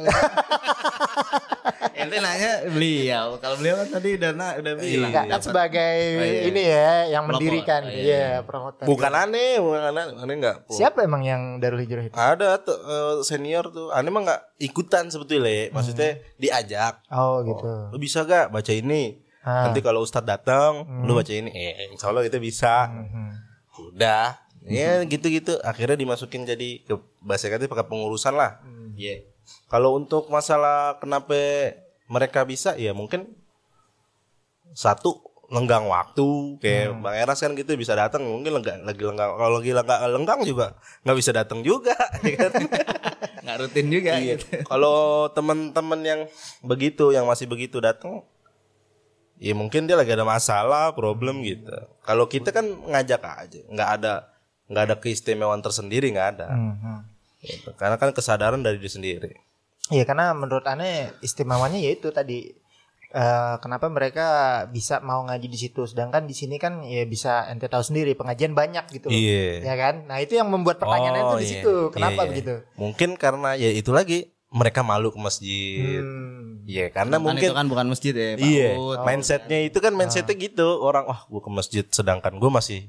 Ente nanya beliau. Kalau beliau kan tadi udah udah bilang. Enggak kan sebagai oh, iya. ini ya yang Pelopor. mendirikan oh, iya, ya, promotor. Bukan gitu. aneh, bukan aneh, aneh enggak. Siapa emang yang Darul Hijrah itu? Ada tuh uh, senior tuh. Aneh mah enggak ikutan sebetulnya. Maksudnya hmm. diajak. Oh, gitu. Oh, lu bisa gak baca ini? Ah. Nanti kalau Ustadz datang, hmm. lu baca ini. Eh, insya Allah kita bisa. Hmm. Udah. Ya gitu-gitu akhirnya dimasukin jadi ke bahasa kata pakai pengurusan lah. Iya. Hmm. Yeah. Kalau untuk masalah kenapa mereka bisa ya mungkin satu lenggang waktu kayak hmm. Bang Eras kan gitu bisa datang mungkin lenggang lagi lenggang kalau lagi lenggang lenggang juga nggak bisa datang juga ya kan? Nggak rutin juga iya. gitu. Kalau teman-teman yang begitu yang masih begitu datang ya mungkin dia lagi ada masalah problem gitu. Kalau kita kan ngajak aja nggak ada nggak ada keistimewaan tersendiri nggak ada hmm. gitu. Karena kan kesadaran dari diri sendiri. Iya karena menurut Ane istimewanya yaitu tadi uh, kenapa mereka bisa mau ngaji di situ sedangkan di sini kan ya bisa ente tahu sendiri pengajian banyak gitu loh. Iya. Ya kan? Nah itu yang membuat pertanyaannya oh, itu di iya. situ kenapa iya, begitu? Mungkin karena ya itu lagi mereka malu ke masjid. Iya hmm. karena kan mungkin itu kan bukan masjid ya. Iya. Oh, mindsetnya itu kan mindsetnya oh. gitu orang wah oh, gue ke masjid sedangkan gue masih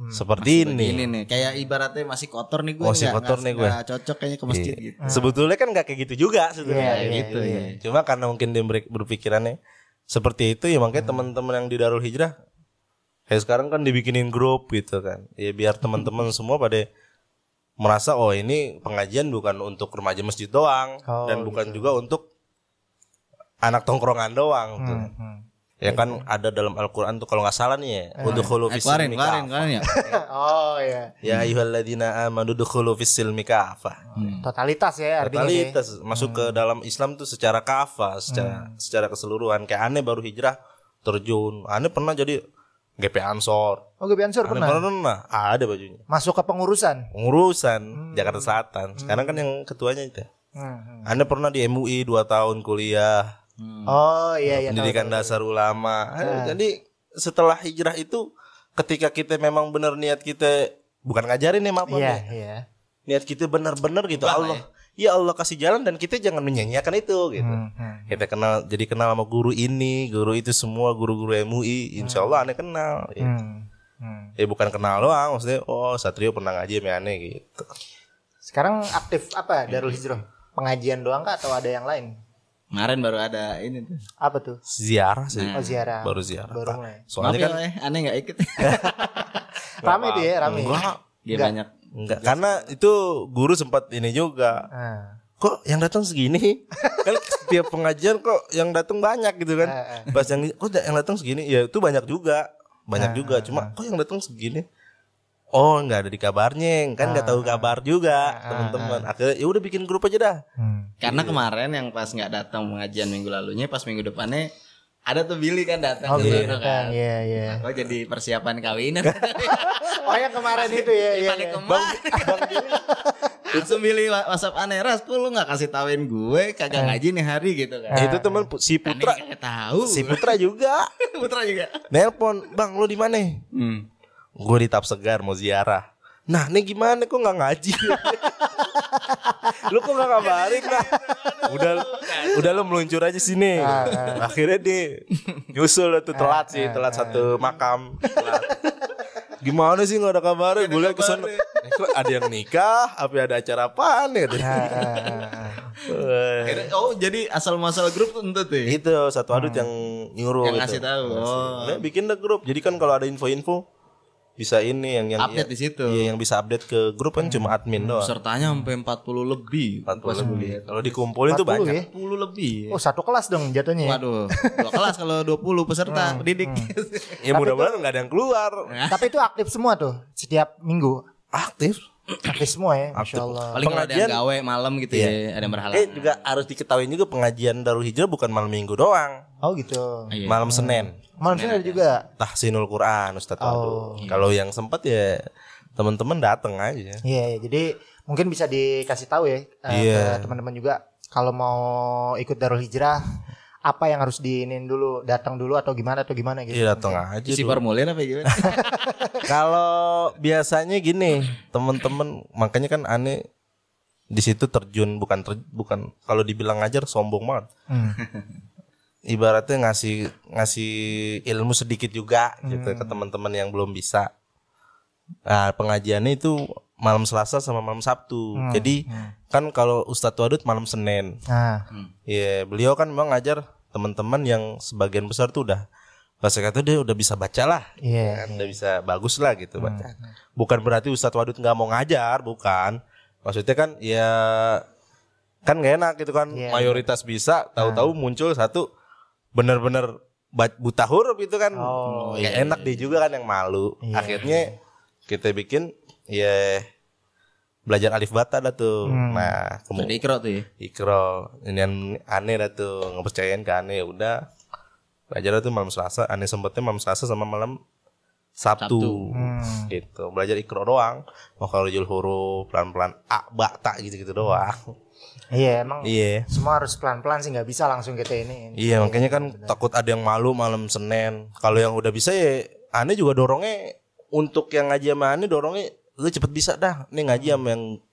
Hmm. Seperti masih ini. Ini nih, kayak ibaratnya masih kotor nih gue. Masih gak, kotor gak, nih gue. Gak cocok kayaknya ke masjid yeah. gitu. Hmm. Sebetulnya kan gak kayak gitu juga sebetulnya. Yeah, kayak yeah, gitu. yeah. Yeah. Cuma karena mungkin dia berpikirannya seperti itu ya makanya hmm. teman-teman yang di Darul Hijrah kayak sekarang kan dibikinin grup gitu kan. Ya biar teman-teman semua pada merasa oh ini pengajian bukan untuk remaja masjid doang oh, dan bukan gitu. Juga untuk anak tongkrongan doang hmm, tuh. Hmm. Ya kan ada dalam Al-Qur'an tuh kalau enggak salah nih ya, eh. udkhulu fis silmi kafah. Ya. Oh iya. Ya ayyuhalladzina amanu udkhulu fis silmi kafah. Hmm. Totalitas ya artinya. Totalitas deh. Masuk hmm. ke dalam Islam tuh secara kafah, secara hmm. secara keseluruhan. Kayak aneh baru hijrah terjun. Aneh pernah jadi G P Ansor. Oh G P Ansor aneh pernah. Pernah. Ada bajunya. Masuk ke pengurusan. Pengurusan hmm. Jakarta Selatan. Sekarang hmm. kan yang ketuanya itu. Hmm. Aneh pernah di M U I dua tahun kuliah. Hmm. Oh iya iya. Pendidikan tahu, dasar tahu. Ulama. Nah. Jadi setelah hijrah itu ketika kita memang benar niat kita bukan ngajarin ya maaf Iya, ya. iya. Niat kita benar-benar gitu Bah, Allah. Ya. ya Allah kasih jalan dan kita jangan menyanyiakan itu gitu. Hmm, hmm. Kita kenal jadi kenal sama guru ini, guru itu semua guru-guru M U I, insyaallah aneh kenal. Gitu. Hmm. Hmm. Ya bukan kenal doang, maksudnya oh Satrio pernah ngaji sama aneh gitu. Sekarang aktif apa Darul Hijrah? Pengajian doang kah atau ada yang lain? Kemarin baru ada ini tuh. Apa tuh? Ziarah sih. Oh ziarah. Baru ziarah. Baru mulai. Soalnya Maaf kan ya, aneh enggak ikut. Rame tuh ya, rame. Enggak. Dia banyak. Enggak, karena itu guru sempat ini juga. Ah. Kok yang datang segini? Kan setiap pengajian kok yang datang banyak gitu kan. Ah, ah. Pas yang kok yang datang segini? Ya itu banyak juga. Banyak ah, juga. Cuma ah. kok yang datang segini? Oh nggak ada di kabarnya, kan nggak ah, tahu kabar juga ah, teman-teman. Akhirnya ya udah bikin grup aja dah. Hmm. Karena kemarin yang pas nggak datang pengajian minggu lalunya, pas minggu depannya ada tuh Billy kan datang. Oh iya kan, iya iya. Oh jadi persiapan kawinan. Oh yang kemarin itu ya. Iya, iya. Bang, bang Billy. Langsung Billy WhatsApp aneh, Ras, kok lu nggak kasih tauin gue kagak ngaji nih hari gitu kan? Itu teman si Putra. Kagak tahu. Si Putra juga. Putra juga. Nelpon, bang lu di mana? Hmm. Gue di Tap Segar mau ziarah. Nah ini gimana kok gak ngaji? Lu kok gak kabarin lah? Udah udah lu meluncur aja sini. Akhirnya dia nyusul tuh telat sih. Telat satu makam telat. Gimana sih gak ada kabarnya? Gue liat kesana ada yang nikah. Apa ada acara apaan ya? Oh jadi asal masal grup tuh tentu tuh. Itu satu adut yang nyuruh. Yang ngasih tahu. Oh. Nah, bikin deh grup. Jadi kan kalau ada info-info bisa ini yang yang update ya, di situ. Iya yang bisa update ke grup kan hmm. cuma admin doang. Pesertanya sampai empat puluh lebih. empat puluh lebih. Kalau dikumpulin tuh banyak. empat puluh lebih. Oh, satu kelas dong jatuhnya. Waduh. Dua kelas kalau dua puluh peserta hmm. didik. Hmm. Ya mudah-mudahan enggak ada yang keluar. Tapi itu aktif semua tuh setiap minggu. Aktif. Aktif semua ya, masyaallah. Paling ada yang gawe malam gitu iya. ya, ada yang berhalangan. Eh juga harus diketahui juga pengajian Darul Hijrah bukan malam minggu doang. Oh gitu. Malam hmm. Senin. Malam Senin ada juga. Tahsinul Quran Ustaz oh. Iya. Kalau yang sempat ya teman-teman datang aja. Iya, jadi mungkin bisa dikasih tahu ya yeah. ke teman-teman juga kalau mau ikut Darul Hijrah apa yang harus diinin dulu, datang dulu atau gimana atau gimana gitu. Iya, datang aja. Isi formulir apa gimana? Kalau biasanya gini, teman-teman makanya kan aneh di situ terjun bukan ter, bukan kalau dibilang ngajar sombong banget. Hmm. Ibaratnya ngasih ngasih ilmu sedikit juga hmm. gitu ke teman-teman yang belum bisa. Nah, pengajiannya itu malam Selasa sama malam Sabtu. Hmm. Jadi hmm. kan kalau Ustadz Wadud malam Senin. Ah. Ya, beliau kan memang ngajar teman-teman yang sebagian besar tuh udah bahasa kata dia udah bisa baca lah. Yeah, kan? yeah. Udah bisa bagus lah gitu hmm. baca. Bukan berarti Ustadz Wadud nggak mau ngajar, bukan. Maksudnya kan ya kan nggak enak gitu kan. Yeah, mayoritas yeah. bisa, tahu-tahu nah. muncul satu benar-benar buta huruf gitu kan. Oh, ya iya, enak iya. dia juga kan yang malu. Iya, akhirnya iya. kita bikin ya belajar alif bata dah tuh. Hmm. Nah, kemudian ikro tuh ya. Ikro. Ini yang aneh dah tuh, ngepercayain ke aneh ya udah. Belajar tuh malam Selasa, aneh sempetnya malam Selasa sama malam Sabtu. Sabtu. Hmm. Gitu. Belajar ikro doang. Makharijul huruf, pelan-pelan a ba ta gitu-gitu doang. Iya emang iya. Semua harus pelan-pelan sih, nggak bisa langsung kita ini. Iya makanya kan bener. Takut ada yang malu malam Senin. Kalau yang udah bisa ya aneh juga dorongnya untuk yang ngaji sama aneh dorongnya lu cepet bisa dah. Nih ngaji sama yang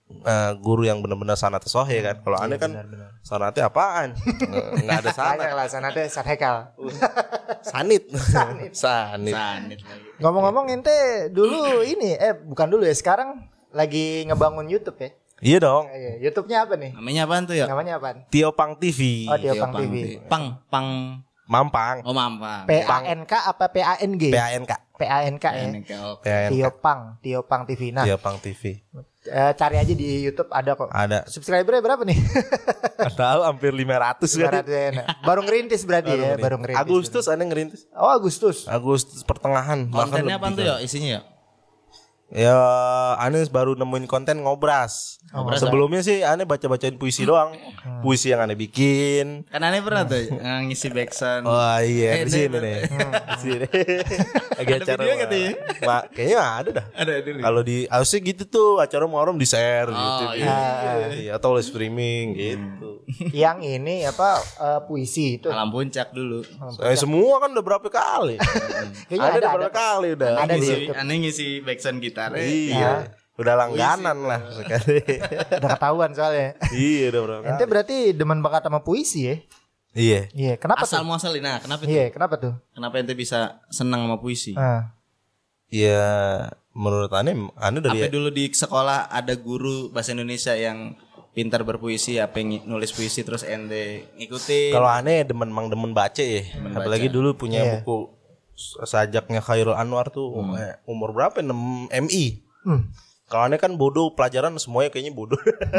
uh, guru yang benar-benar sanat sohe kan. Kalau aneh kan sanatnya apaan? Nggak ada sanat. Banyak lah sanatnya sanhekal. Sanit. Sanit. Sanit. Sanit lagi. Ngomong-ngomong ente dulu ini eh bukan dulu ya sekarang lagi ngebangun YouTube ya? Iya dong. Eh, YouTube-nya apa nih? Namanya apaan tuh ya? Namanya apaan? Tio Pang T V. Oh Tio Pang T V. Pang, pang. Mampang. Oh Mampang. P A N K apa P A N G? P A N K. P A N K ya. Oke. P A N K. Tio Pang, Tio Pang T V. Nah, Tio Pang T V. eh, cari aja di YouTube ada kok. Ada. Subscribernya berapa nih? Nggak tahu hampir lima ratus kan. Baru ngerintis berarti ya, baru ngerintis. Agustus ada ngerintis. Oh Agustus. Agustus pertengahan. Kontennya apa tuh ya isinya ya? Ya, Ane baru nemuin konten ngobras. Ngobras Sebelumnya sih Ane baca-bacain puisi doang. Hmm. Puisi yang Ane bikin. Kan Ane pernah tuh eh, ngisi backsound. Oh iya, Eh, di sini ini- nih. Di sini. Lagi Ada acara. video Ma- gitu ya? Ma- kayaknya ada dah. Ada dulu. Kalau di harusnya gitu tuh acara Muharram di share Oh, gitu. iya. Iya, atau live streaming gitu. Yang ini apa eh, puisi itu. Alam puncak dulu. Eh, semua kan udah berapa kali? Kayaknya ada, ada, udah berapa ada. kali udah. Ada di Ngisi, YouTube. Ane ngisi backsound gitar. Iya. Udah langganan lah sekali. Udah ketahuan soalnya. Iya, udah berapa Ente kali. berarti demen banget sama puisi ya? Iya. Iya, kenapa Asal tuh? muasal nah, kenapa itu? Iya, kenapa tuh? Kenapa ente bisa senang sama puisi? Ah. Iya, menurut Ane, Ane dari Apa dulu di sekolah ada guru bahasa Indonesia yang pintar berpuisi, apa yang nulis puisi terus ente ngikutin? kalau Ane demen mang demen baca ya. Apalagi dulu punya Iya. buku sajaknya Khairul Anwar tuh eh, umur berapa? enam M I. Hmm. Kalau Ane kan bodoh pelajaran semuanya kayaknya bodoh.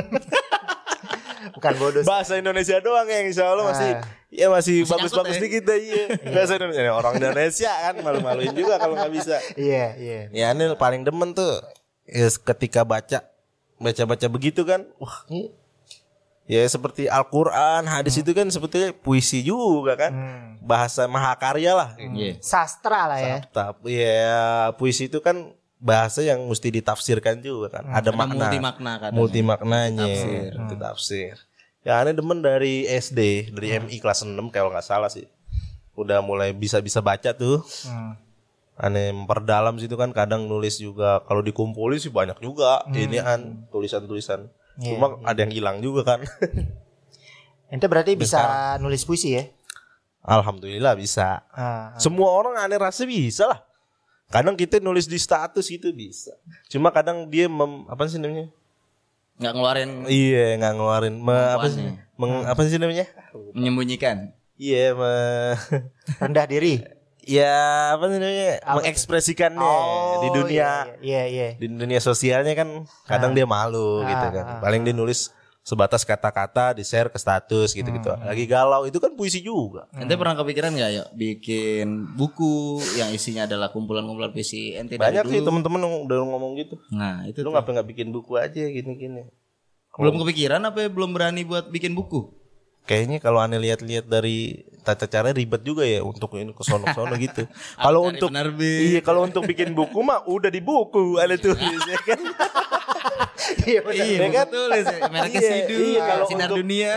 Bukan bodoh. Bahasa Indonesia doang yang insya Allah masih Ah. ya masih Masih bagus-bagus nyangkut ya? dikit dah iya. Bahasa Indonesia orang Indonesia kan malu-maluin juga kalau nggak bisa. Iya, iya. Ya Ane paling demen tuh ya, ketika baca baca-baca begitu kan, wah ini ya seperti Al-Quran, hadis itu kan sebetulnya puisi juga kan, Hmm. bahasa mahakarya lah. Iya. Sastra lah ya. Tapi ya puisi itu kan bahasa yang mesti ditafsirkan juga kan, ada Ada makna, multi makna kadang. multi maknanya, Tafsir. itu tafsir. Ya Ane demen dari S D, dari M I kelas enam kalau nggak salah sih, udah mulai bisa-bisa baca tuh. Hmm. Ane memperdalam situ kan, kadang nulis juga kalau dikumpulin sih banyak juga ini kan tulisan-tulisan. Iya, Cuma ada yang hilang juga kan. Ente berarti bisa nulis puisi ya? Alhamdulillah bisa. Ah, ah. Semua orang Ane rasa bisa lah. Kadang kita nulis di status itu bisa. Cuma kadang dia mem, apa sih namanya? Nggak ngeluarin, Iya, nggak ngeluarin me, apa sih? Kemampuannya. Meng, apa sih namanya? menyembunyikan. Iya, me, Rendah diri. ya apa sih namanya? Mengekspresikannya di dunia. Iya, iya, iya. Di dunia sosialnya kan kadang dia malu gitu kan. Paling dia nulis sebatas kata-kata di share ke status gitu-gitu. Lagi galau itu kan puisi juga. Ente pernah kepikiran nggak ya bikin buku yang isinya adalah kumpulan-kumpulan puisi ente dari Banyak sih dulu? temen-temen yang udah ngomong gitu. Nah itu Lu tuh. ngapa nggak bikin buku aja gini-gini? Belum kepikiran apa ya, belum berani buat bikin buku? Kayaknya kalau Ane lihat-lihat dari tata cara ribet juga ya untuk ini ke sono-sono gitu. Kalau Cari untuk penerbit. iya kalau untuk bikin buku mah udah di buku ada tulis ya kan. Iya, benar. Iya, kan? betul ya. Mereknya Iya, Sidu, iya, kalau Sinar untuk- Dunia.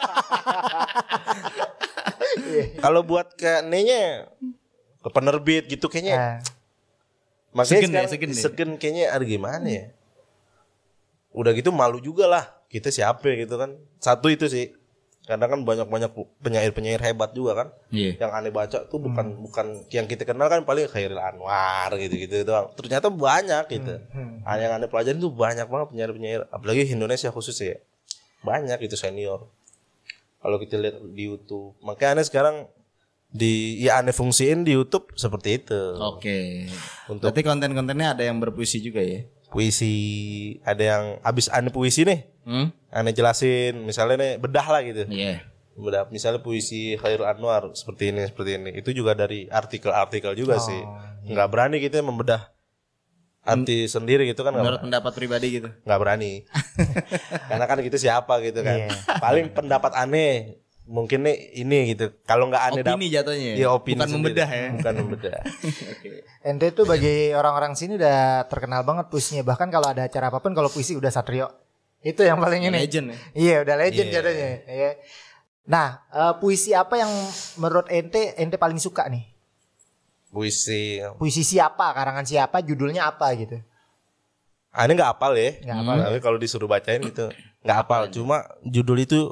Kalau buat ke nya ke penerbit gitu kayaknya. Ah. Makanya Segen ya, sekarang segen ya? segen kayaknya ada gimana ya. Udah gitu malu juga lah. Kita siapa gitu kan. Satu itu sih. Karena kan banyak-banyak penyair-penyair hebat juga kan. Iya. Yang aneh baca tuh bukan bukan yang kita kenal kan paling Khairul Anwar gitu-gitu doang. Ternyata banyak gitu. Ah, yang aneh pelajarin tuh banyak banget penyair-penyair, apalagi Indonesia khusus ya. Banyak itu senior. Kalau kita lihat di YouTube, makanya aneh sekarang di ya aneh fungsiin di YouTube seperti itu. Oke. Untuk- Berarti konten-kontennya ada yang berpuisi juga ya? Puisi, ada yang abis aneh puisi nih, Hmm? aneh jelasin misalnya nih bedah lah gitu. Iya. Bedah, misalnya puisi Khairul Anwar seperti ini seperti ini. Itu juga dari artikel-artikel juga sih. Nggak berani kita membedah arti sendiri gitu kan, nggak Menurut berani. pendapat pribadi gitu. Nggak berani. Karena kan gitu siapa gitu kan. Iya. Paling pendapat aneh mungkin nih ini gitu. Kalau nggak aneh Opini jatuhnya. Iya, opini Bukan sendiri. membedah ya. Bukan membedah. Ente tuh bagi orang-orang sini udah terkenal banget puisinya. Bahkan kalau ada acara apapun kalau puisi udah Satrio. Itu yang paling ini. Legend ya. Iya, udah legend Iya. jadinya. Iya. Nah, eh, puisi apa yang menurut ente ente paling suka nih? Puisi Puisi siapa, karangan siapa, judulnya apa gitu? Aneh nggak hafal ya. Nggak hafal. Tapi kalau disuruh bacain gitu nggak hafal. Cuma judul itu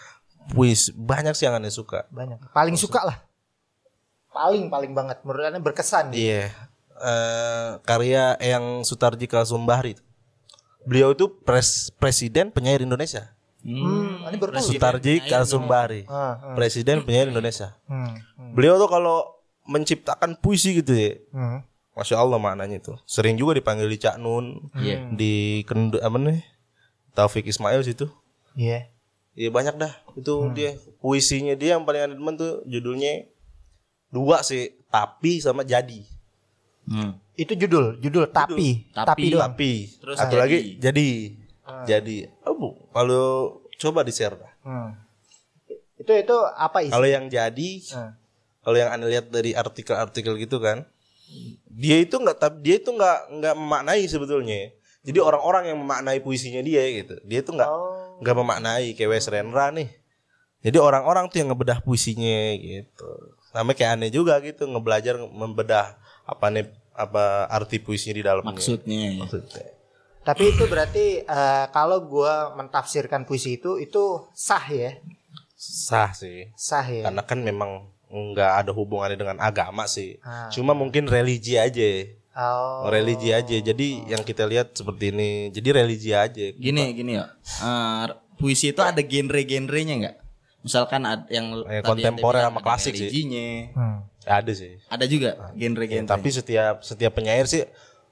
puisi banyak sih yang aneh suka. Banyak. Paling suka lah. Paling paling banget menurut aneh berkesan. Iya. Uh, karya yang Sutarji Kalsumbahri. Beliau itu pres, presiden penyair Indonesia. Hmm, aneh baru tahu. Sutarji Kalsumbahri. Ah, ah. Presiden penyair Indonesia. Hmm, hmm. Beliau tuh kalau menciptakan puisi gitu ya. Hmm. Masya Allah maknanya itu. Sering juga dipanggil di Cak Nun, Yeah. di Kendu, apa nih? Taufik Ismail situ. Iya. Iya banyak dah. Itu dia puisinya dia yang paling aneh demen tuh judulnya dua sih, Tapi sama Jadi. Hmm. Itu judul, judul tapi, Tapi. tapi doang. Tapi Terus satu Jadi. lagi Jadi. Jadi. Oh, Bu, kalau coba di-share dah. Hmm. Itu itu apa isi? Kalau yang Jadi, Hmm. kalau yang Anda lihat dari artikel-artikel gitu kan, dia itu enggak dia itu enggak enggak memaknai sebetulnya. Jadi orang-orang yang memaknai puisinya dia gitu. Dia itu enggak Oh. enggak memaknai kayak Wes Rendra nih. Jadi orang-orang tuh yang ngebedah puisinya gitu. Sama kayak aneh juga gitu ngebelajar membedah apa nih apa arti puisinya di dalamnya. Maksudnya. Maksudnya. Tapi itu berarti eh, kalau gua mentafsirkan puisi itu itu sah ya? Sah sih. Sah ya. Karena kan memang nggak ada hubungannya dengan agama sih. Ah. Cuma mungkin religi aja. Oh. Religi aja. Jadi yang kita lihat seperti ini. Jadi religi aja. Gini gini ya. Uh, puisi itu ada genre-genrenya nggak? Misalkan ada yang Eh, tadi kontemporer yang sama ada klasik sih. religinya. Hmm. Ada sih. Ada juga Ya, genre-genre. tapi setiap setiap penyair sih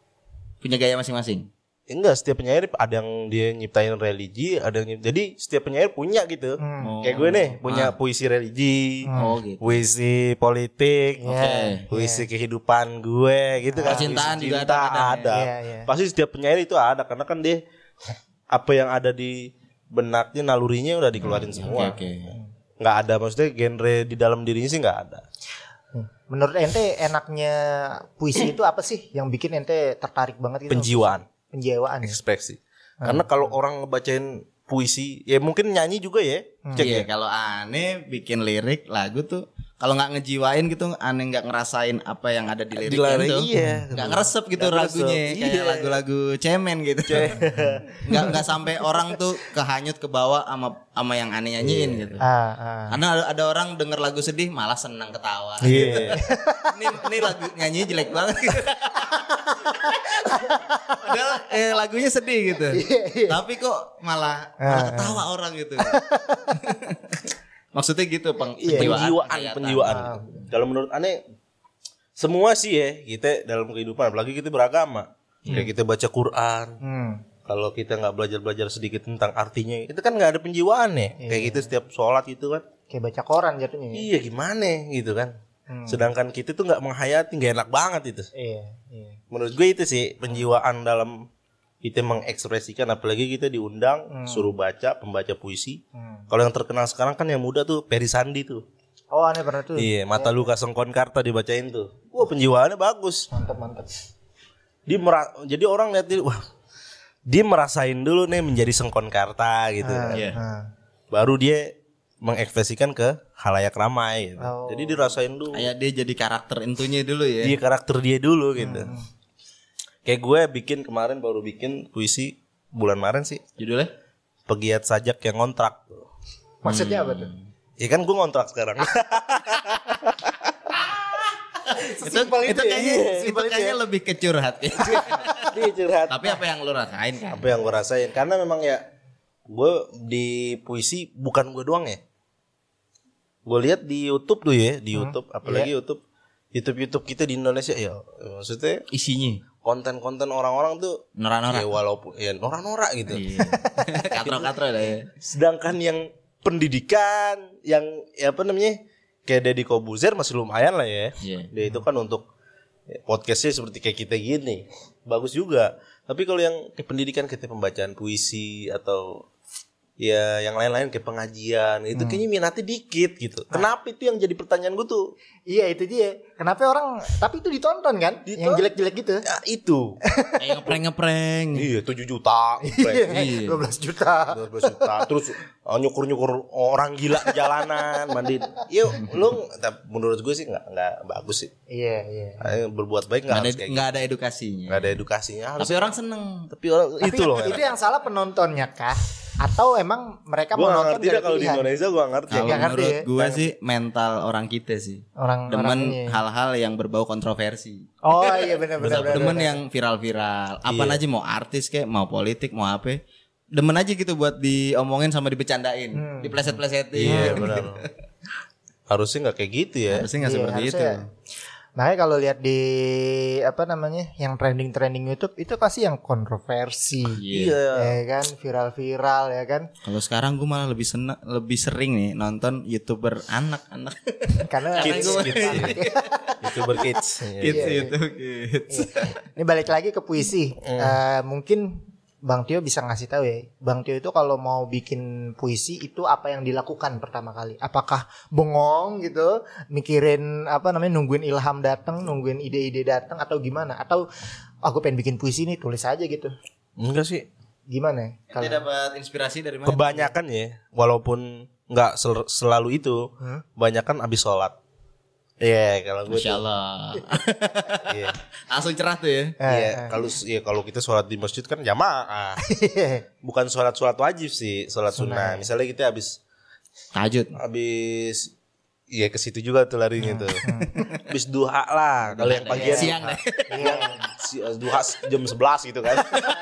punya gaya masing-masing. enggak, setiap penyair ada yang dia nyiptain religi, ada yang nyiptain, jadi setiap penyair punya gitu. Hmm. Kayak gue nih punya puisi religi, Oh gitu. puisi politik, Oke. puisi kehidupan gue gitu kan. Percintaan Puisi juga cinta ada-ada. ada. Iya, iya. Pasti setiap penyair itu ada karena kan dia apa yang ada di benaknya nalurinya udah dikeluarin semua. Oke, oke. Nggak ada maksudnya genre di dalam dirinya sih nggak ada. Menurut ente enaknya puisi itu apa sih yang bikin ente tertarik banget gitu? Penjiwaan, Penjiwaan ya. ekspresi. Karena kalau orang ngebacain puisi, ya mungkin nyanyi juga ya. Cek Iya, ya. kalau aneh bikin lirik lagu tuh kalau nggak ngejiwain gitu aneh nggak ngerasain apa yang ada di Di liriknya lirik, itu. iya. Nggak ngeresep gitu Nggak ngeresep, lagunya iya. kayak lagu-lagu cemen gitu. Nggak nggak sampai orang tuh kehanyut ke bawah sama sama yang aneh nyanyiin gitu. Ah, ah. Karena ada, ada orang denger lagu sedih malah senang ketawa. Iya. Gitu. Ini ini lagu nyanyinya jelek banget. Padahal eh, lagunya sedih gitu. Tapi kok malah malah ketawa orang gitu. Maksudnya gitu, Peng. penjiwaan, kelihatan. penjiwaan. Kalau menurut aneh semua sih ya kita dalam kehidupan, apalagi kita beragama. Kayak kita baca Quran. Hmm. Kalau kita nggak belajar-belajar sedikit tentang artinya, itu kan nggak ada penjiwaan ya. Kayak gitu setiap sholat gitu kan. Kayak baca koran jatuhnya. Ya? Iya gimana gitu kan. Hmm. Sedangkan kita tuh nggak menghayati, nggak enak banget itu. Iya, iya. Menurut gue itu sih penjiwaan dalam kita mengekspresikan, apalagi kita diundang suruh baca pembaca puisi. Hmm. Kalau yang terkenal sekarang kan yang muda tuh Ferry Sandi tuh. Oh, aneh pernah tuh. Iya, Mata Luka Sengkonkarta dibacain tuh. Wah, penjiwaannya bagus. Mantap, mantap. Dia mera- jadi orang lihat dia, wah, dia merasain dulu nih menjadi Sengkonkarta gitu. Iya. Ah. Baru dia mengekspresikan ke halayak ramai gitu. Oh. Jadi dirasain dulu. Kayak dia jadi karakter intunya dulu ya. Dia karakter dia dulu gitu. Kayak gue bikin kemarin baru bikin puisi bulan kemarin sih. Judulnya? Pegiat sajak yang ngontrak. Maksudnya apa tuh? Ya kan gue ngontrak sekarang. itu itu kayaknya itu kayaknya lebih ke curhat ya. Dia curhat. Tapi apa yang lu rasain kan? Apa yang gue rasain? Karena memang ya gue di puisi bukan gue doang ya. Gue lihat di YouTube tuh ya, di YouTube, apalagi YouTube, YouTube YouTube kita di Indonesia ya, maksudnya Isinya konten-konten orang-orang tuh norak-norak. ya walaupun ya norak-norak gitu. Iya. Katro-katro lah ya. Sedangkan yang pendidikan, yang ya apa namanya kayak Deddy Kobuzer masih lumayan lah ya. Iya. Dia itu kan untuk ya, podcastnya seperti kayak kita gini, bagus juga. Tapi kalau yang kayak pendidikan, kayak pembacaan puisi atau ya yang lain-lain kayak pengajian itu hmm. kayaknya minatnya dikit gitu. Nah. Kenapa itu yang jadi pertanyaan gue tuh? Iya itu dia. Kenapa orang tapi itu ditonton kan? Ditonton. Yang jelek-jelek gitu. Ya itu. Kayak ngepreng-ngepreng. Iya tujuh juta. Iya. dua belas juta. dua belas juta. Terus oh, nyukur-nyukur orang gila di jalanan mandi. Yuk, lu menurut gue sih enggak enggak bagus sih. Iya, iya. Berbuat baik enggak harus kayak enggak ada edukasinya. Enggak ada edukasinya. Harus. Tapi orang seneng. Tapi orang tapi itu loh. Itu yang salah penontonnya kah? Atau emang mereka gua mau nonton dari kalau di Indonesia gue ngerti. Kalau ya, menurut ya. gue sih mental orang kita sih. Orang demen orang hal-hal yang berbau kontroversi. Oh iya benar-benar. Demen yang viral-viral. Apa yeah. aja mau artis kayak mau politik mau apa. Demen aja gitu buat diomongin sama dibecandain, hmm. dipleset-plesetin. Iya benar. Harusnya nggak kayak gitu ya. Harusnya nggak iya, seperti harusnya itu. Ya. Makanya kalau lihat di apa namanya yang trending-trending YouTube itu pasti yang kontroversi, iya, ya kan viral-viral ya kan. Kalau sekarang gue malah lebih senang, lebih sering nih nonton YouTuber anak-anak. Karena kids, gue kids, YouTuber kids, kids iya, itu kids. Iya. Ini balik lagi ke puisi, mm. uh, mungkin Bang Tio bisa ngasih tahu ya, Bang Tio itu kalau mau bikin puisi itu apa yang dilakukan pertama kali? Apakah bengong gitu, mikirin apa namanya, nungguin ilham datang, nungguin ide-ide datang atau gimana? Atau aku pengen bikin puisi nih, tulis aja gitu? Enggak sih. Gimana? Kalau dapat inspirasi dari mana? Kebanyakan ya, walaupun nggak sel- selalu itu, hmm? kebanyakan abis sholat. Iya, yeah, kalau gue Masya Allah. Iya. Langsung cerah tuh ya. Iya, yeah, kalau ya kalau kita sholat di masjid kan jamaah. Bukan sholat-sholat wajib sih, sholat sunnah. Misalnya kita habis tahajud. Habis iya ke situ juga tuh larinya tuh. Habis duha lah. Kalau yang pagi siang deh. Iya. Duha jam sebelas gitu kan.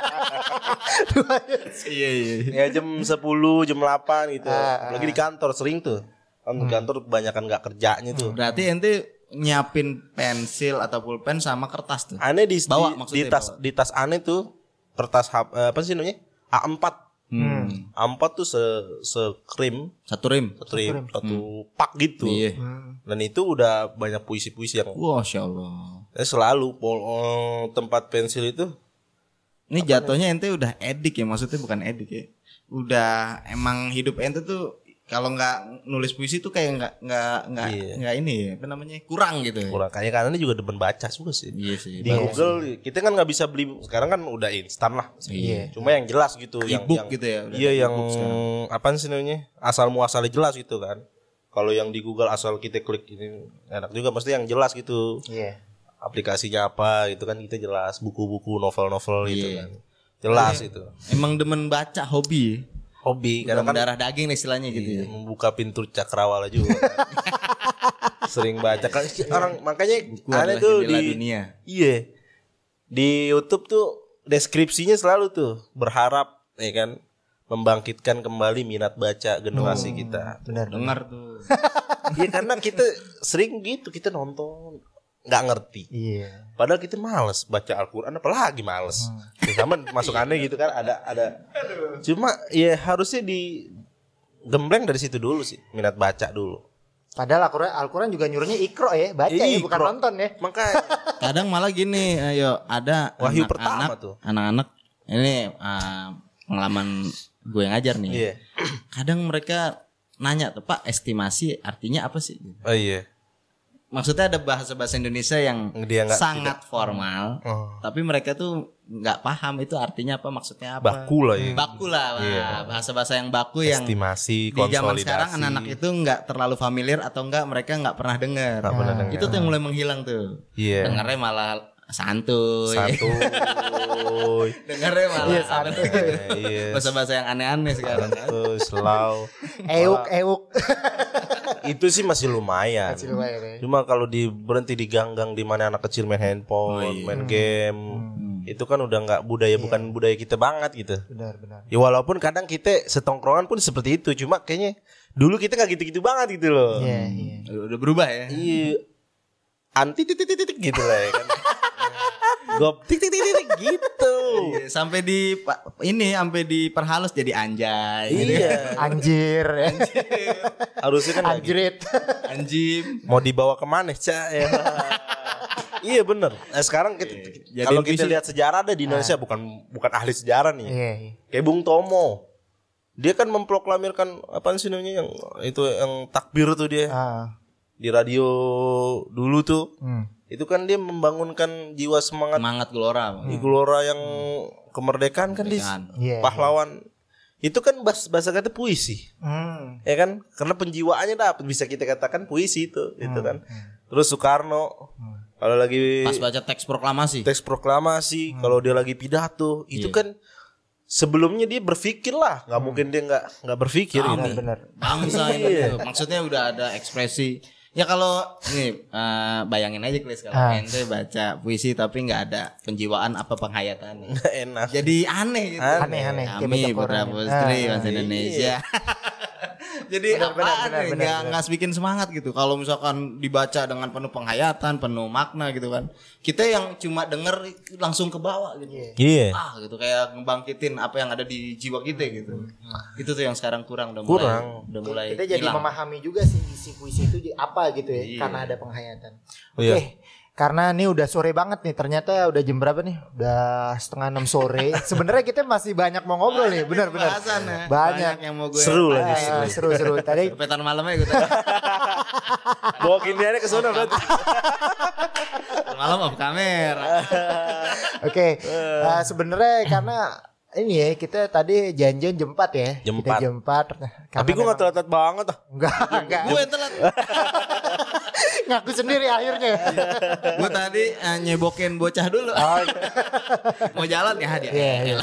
Iya, iya. Ya jam sepuluh, jam delapan gitu. Apalagi di kantor sering tuh. Kan di kantor kebanyakan enggak kerjanya tuh. Berarti ente nyiapin pensil atau pulpen sama kertas tuh. Aneh di bawa, di, di tas bawa. Di tas aneh tuh kertas apa sih namanya? A empat. Hmm. A empat tuh se se krim, satu rim, satu rim, satu hmm. pak gitu. Iya. Dan itu udah banyak puisi-puisi yang wah, Masya Allah. Eh, selalu pol, oh, tempat pensil itu. Ini jatuhnya ente udah edik ya, maksudnya bukan edik ya. Udah emang hidup ente tuh kalau nggak nulis puisi tuh kayak nggak nggak nggak iya. nggak ini ya, apa namanya, kurang gitu. Kurang kayak karena ini juga demen baca juga sih. Iya sih. Di Google sih. Kita kan nggak bisa beli sekarang kan udah instan lah. Iya. Cuma yang jelas gitu, yang, e-book yang gitu ya. Iya yang apa sih namanya, asal muasalnya jelas gitu kan. Kalau yang di Google asal kita klik ini enak juga, mesti yang jelas gitu. Iya. Aplikasinya apa gitu kan kita jelas, buku-buku, novel-novel gitu iya. kan. Jelas iya. itu. Emang demen baca, hobi. Hobi karena kan darah daging istilahnya gitu iya, ya. Membuka pintu cakrawala juga. Sering baca kan orang, makanya ada tuh di dunia. Iya. Di YouTube tuh deskripsinya selalu tuh berharap ya kan membangkitkan kembali minat baca generasi oh, kita. Benar. Dengar tuh. Iya karena kita sering gitu, kita nonton nggak ngerti. Iya. Padahal kita males baca Al-Quran, apalagi males. Hmm. Ya, sama masukannya gitu kan ada ada. Cuma ya harusnya di gembleng dari situ dulu sih, minat baca dulu. Padahal Al-Quran, Al-Quran juga nyuruhnya ikro ya, baca ya, bukan nonton ya. Makanya kadang malah gini, ayo ada wahyu anak-anak, pertama tuh. Anak-anak ini uh, pengalaman gue ngajar nih. Iya. Kadang mereka nanya tuh, Pak, estimasi artinya apa sih? Oh iya. Maksudnya ada bahasa-bahasa Indonesia yang gak, sangat tidak. formal, oh. tapi mereka tuh nggak paham itu artinya apa, maksudnya apa. Baku lah ya. Baku lah, iya. bahasa-bahasa yang baku estimasi, yang estimasi, di zaman sekarang anak-anak itu nggak terlalu familiar atau enggak mereka nggak pernah dengar. Nah, itu tuh yang mulai menghilang tuh. Yeah. Dengarnya malah santuy. Santuy. Dengarnya malah iya, santuy. Iya. Bahasa-bahasa yang aneh-aneh sekarang. Santuy, selau. Euk, euk. Itu sih masih lumayan. Masih lumayan ya. Cuma kalau di berhenti di gang-gang di mana anak kecil main handphone, oh, iya. main game, hmm. itu kan udah nggak budaya, iya. bukan budaya kita banget gitu. Benar, benar. Ya walaupun kadang kita setongkrongan pun seperti itu, cuma kayaknya dulu kita nggak gitu-gitu banget gitu loh. Iya, iya. Udah berubah ya. Iya. Anti titik titik gitu lah ya kan. Gop titik titik titik gitu. Iya, sampai di ini sampai diperhalus jadi anjay. Iya. Gitu. Anjir. Anjir. Harusnya kan anjrit. Anjim. Mau dibawa kemana, Cak? Ya. Iya bener. Nah, sekarang kita, iya. kalau kita lihat sejarah ada di Indonesia, ah. bukan bukan ahli sejarah nih. Iya, iya. Kayak Bung Tomo. dia kan memproklamirkan apa sih namanya yang itu yang takbir tuh dia ah. di radio dulu tuh hmm. itu kan dia membangunkan jiwa semangat semangat gelora di gelora yang hmm. kemerdekaan kan di yeah, pahlawan yeah. itu kan bahasa, bahasa kata puisi hmm. ya kan karena penjiwaannya dapat bisa kita katakan puisi itu hmm. itu kan terus Soekarno hmm. kalau lagi pas baca teks proklamasi teks proklamasi hmm. kalau dia lagi pidato itu yeah. kan sebelumnya dia berpikir lah, nggak hmm. mungkin dia nggak nggak berpikir. Benar-benar. Bangsa itu, maksudnya udah ada ekspresi. Ya kalau nih uh, bayangin aja Klis kalau ah. ente baca puisi tapi nggak ada penjiwaan apa penghayatan. Nggak enak. Jadi aneh gitu. Aneh-aneh. Kami Putra Putri Bangsa Indonesia. Jadi apa nggak nggak bikin semangat gitu. Kalau misalkan dibaca dengan penuh penghayatan, penuh makna gitu kan. Kita yang cuma denger langsung ke bawah gitu. Iya. Yeah. Ah gitu kayak ngebangkitin apa yang ada di jiwa kita gitu. Hmm. Itu tuh yang sekarang kurang udah kurang. mulai udah mulai kita jadi hilang. Memahami juga sih isi puisi itu apa gitu ya yeah. karena ada penghayatan. Oke. Okay. Yeah. Karena ini udah sore banget nih, ternyata udah jam berapa nih? Udah setengah enam sore. Sebenarnya kita masih banyak mau ngobrol nih, benar-benar. Ya. Banyak. banyak yang mau gue. Seru lah, ah, seru-seru. Tadi petan malamnya gue tadi. Bawa giniannya ke sana berarti. Malam off kamera. Oke, okay. uh, sebenarnya karena ini ya kita tadi janjian jam empat ya. Jam kita jam empat. Tapi gue gak telat-telat banget ah. Enggak, enggak. Gue yang telat. Ngaku sendiri akhirnya. Gue tadi uh, nyebokin bocah dulu. Oh, mau jalan ya dia. Iya, iya.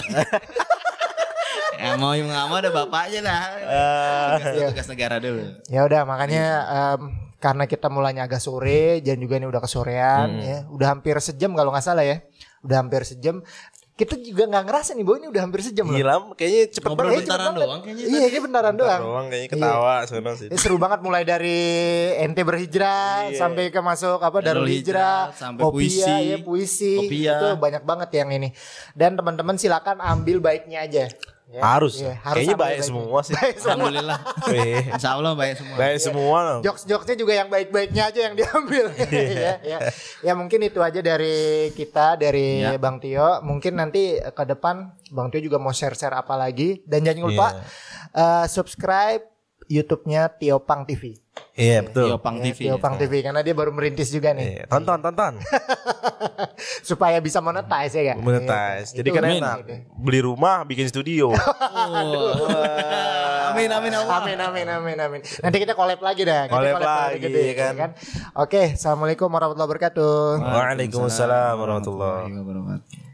Ya mau yang nggak mau ada bapaknya dah. Uh, tugas, tugas negara dulu. Ya udah makanya um, karena kita mulainya agak sore dan juga ini udah kesorean hmm. ya. Udah hampir sejam kalau nggak salah ya. Udah hampir sejam. Kita juga nggak ngerasa nih bahwa ini udah hampir sejam loh. Gila, kayaknya cepet banget. Bentaran doang kayaknya. Iya, kayaknya bentaran doang. doang kayaknya ketawa iya. sebenarnya sih. Ini seru banget mulai dari ente berhijrah iya. sampai ke masuk apa Darul Hijrah, sampai Kopia, puisi, ya puisi. Kopia. Itu banyak banget yang ini. Dan teman-teman silakan ambil baiknya aja. Ya, harus. Ya, harus kayaknya baik semua sih. Baik semua. Alhamdulillah. Insya Allah baik semua. Baik semua. Jokes-jokesnya juga yang baik-baiknya aja yang diambil. ya, ya. ya mungkin itu aja dari kita, dari ya. Bang Tio. Mungkin nanti ke depan Bang Tio juga mau share-share apa lagi. Dan jangan lupa yeah. uh, subscribe YouTube-nya Tio Pang T V. Iya yeah, betul. Tio Pang ya, T V. Tio Pang T V karena dia baru merintis juga nih. Yeah, tonton, tonton. Supaya bisa monetize ya kan. Monetize. Ya, jadi kan enak. Gitu. Beli rumah, bikin studio. oh. Amin, amin, amin, amin, amin, amin. Nanti kita collab lagi dah. Collab lagi, gede, kan. kan. Oke, assalamualaikum warahmatullahi wabarakatuh. Waalaikumsalam warahmatullahi wabarakatuh.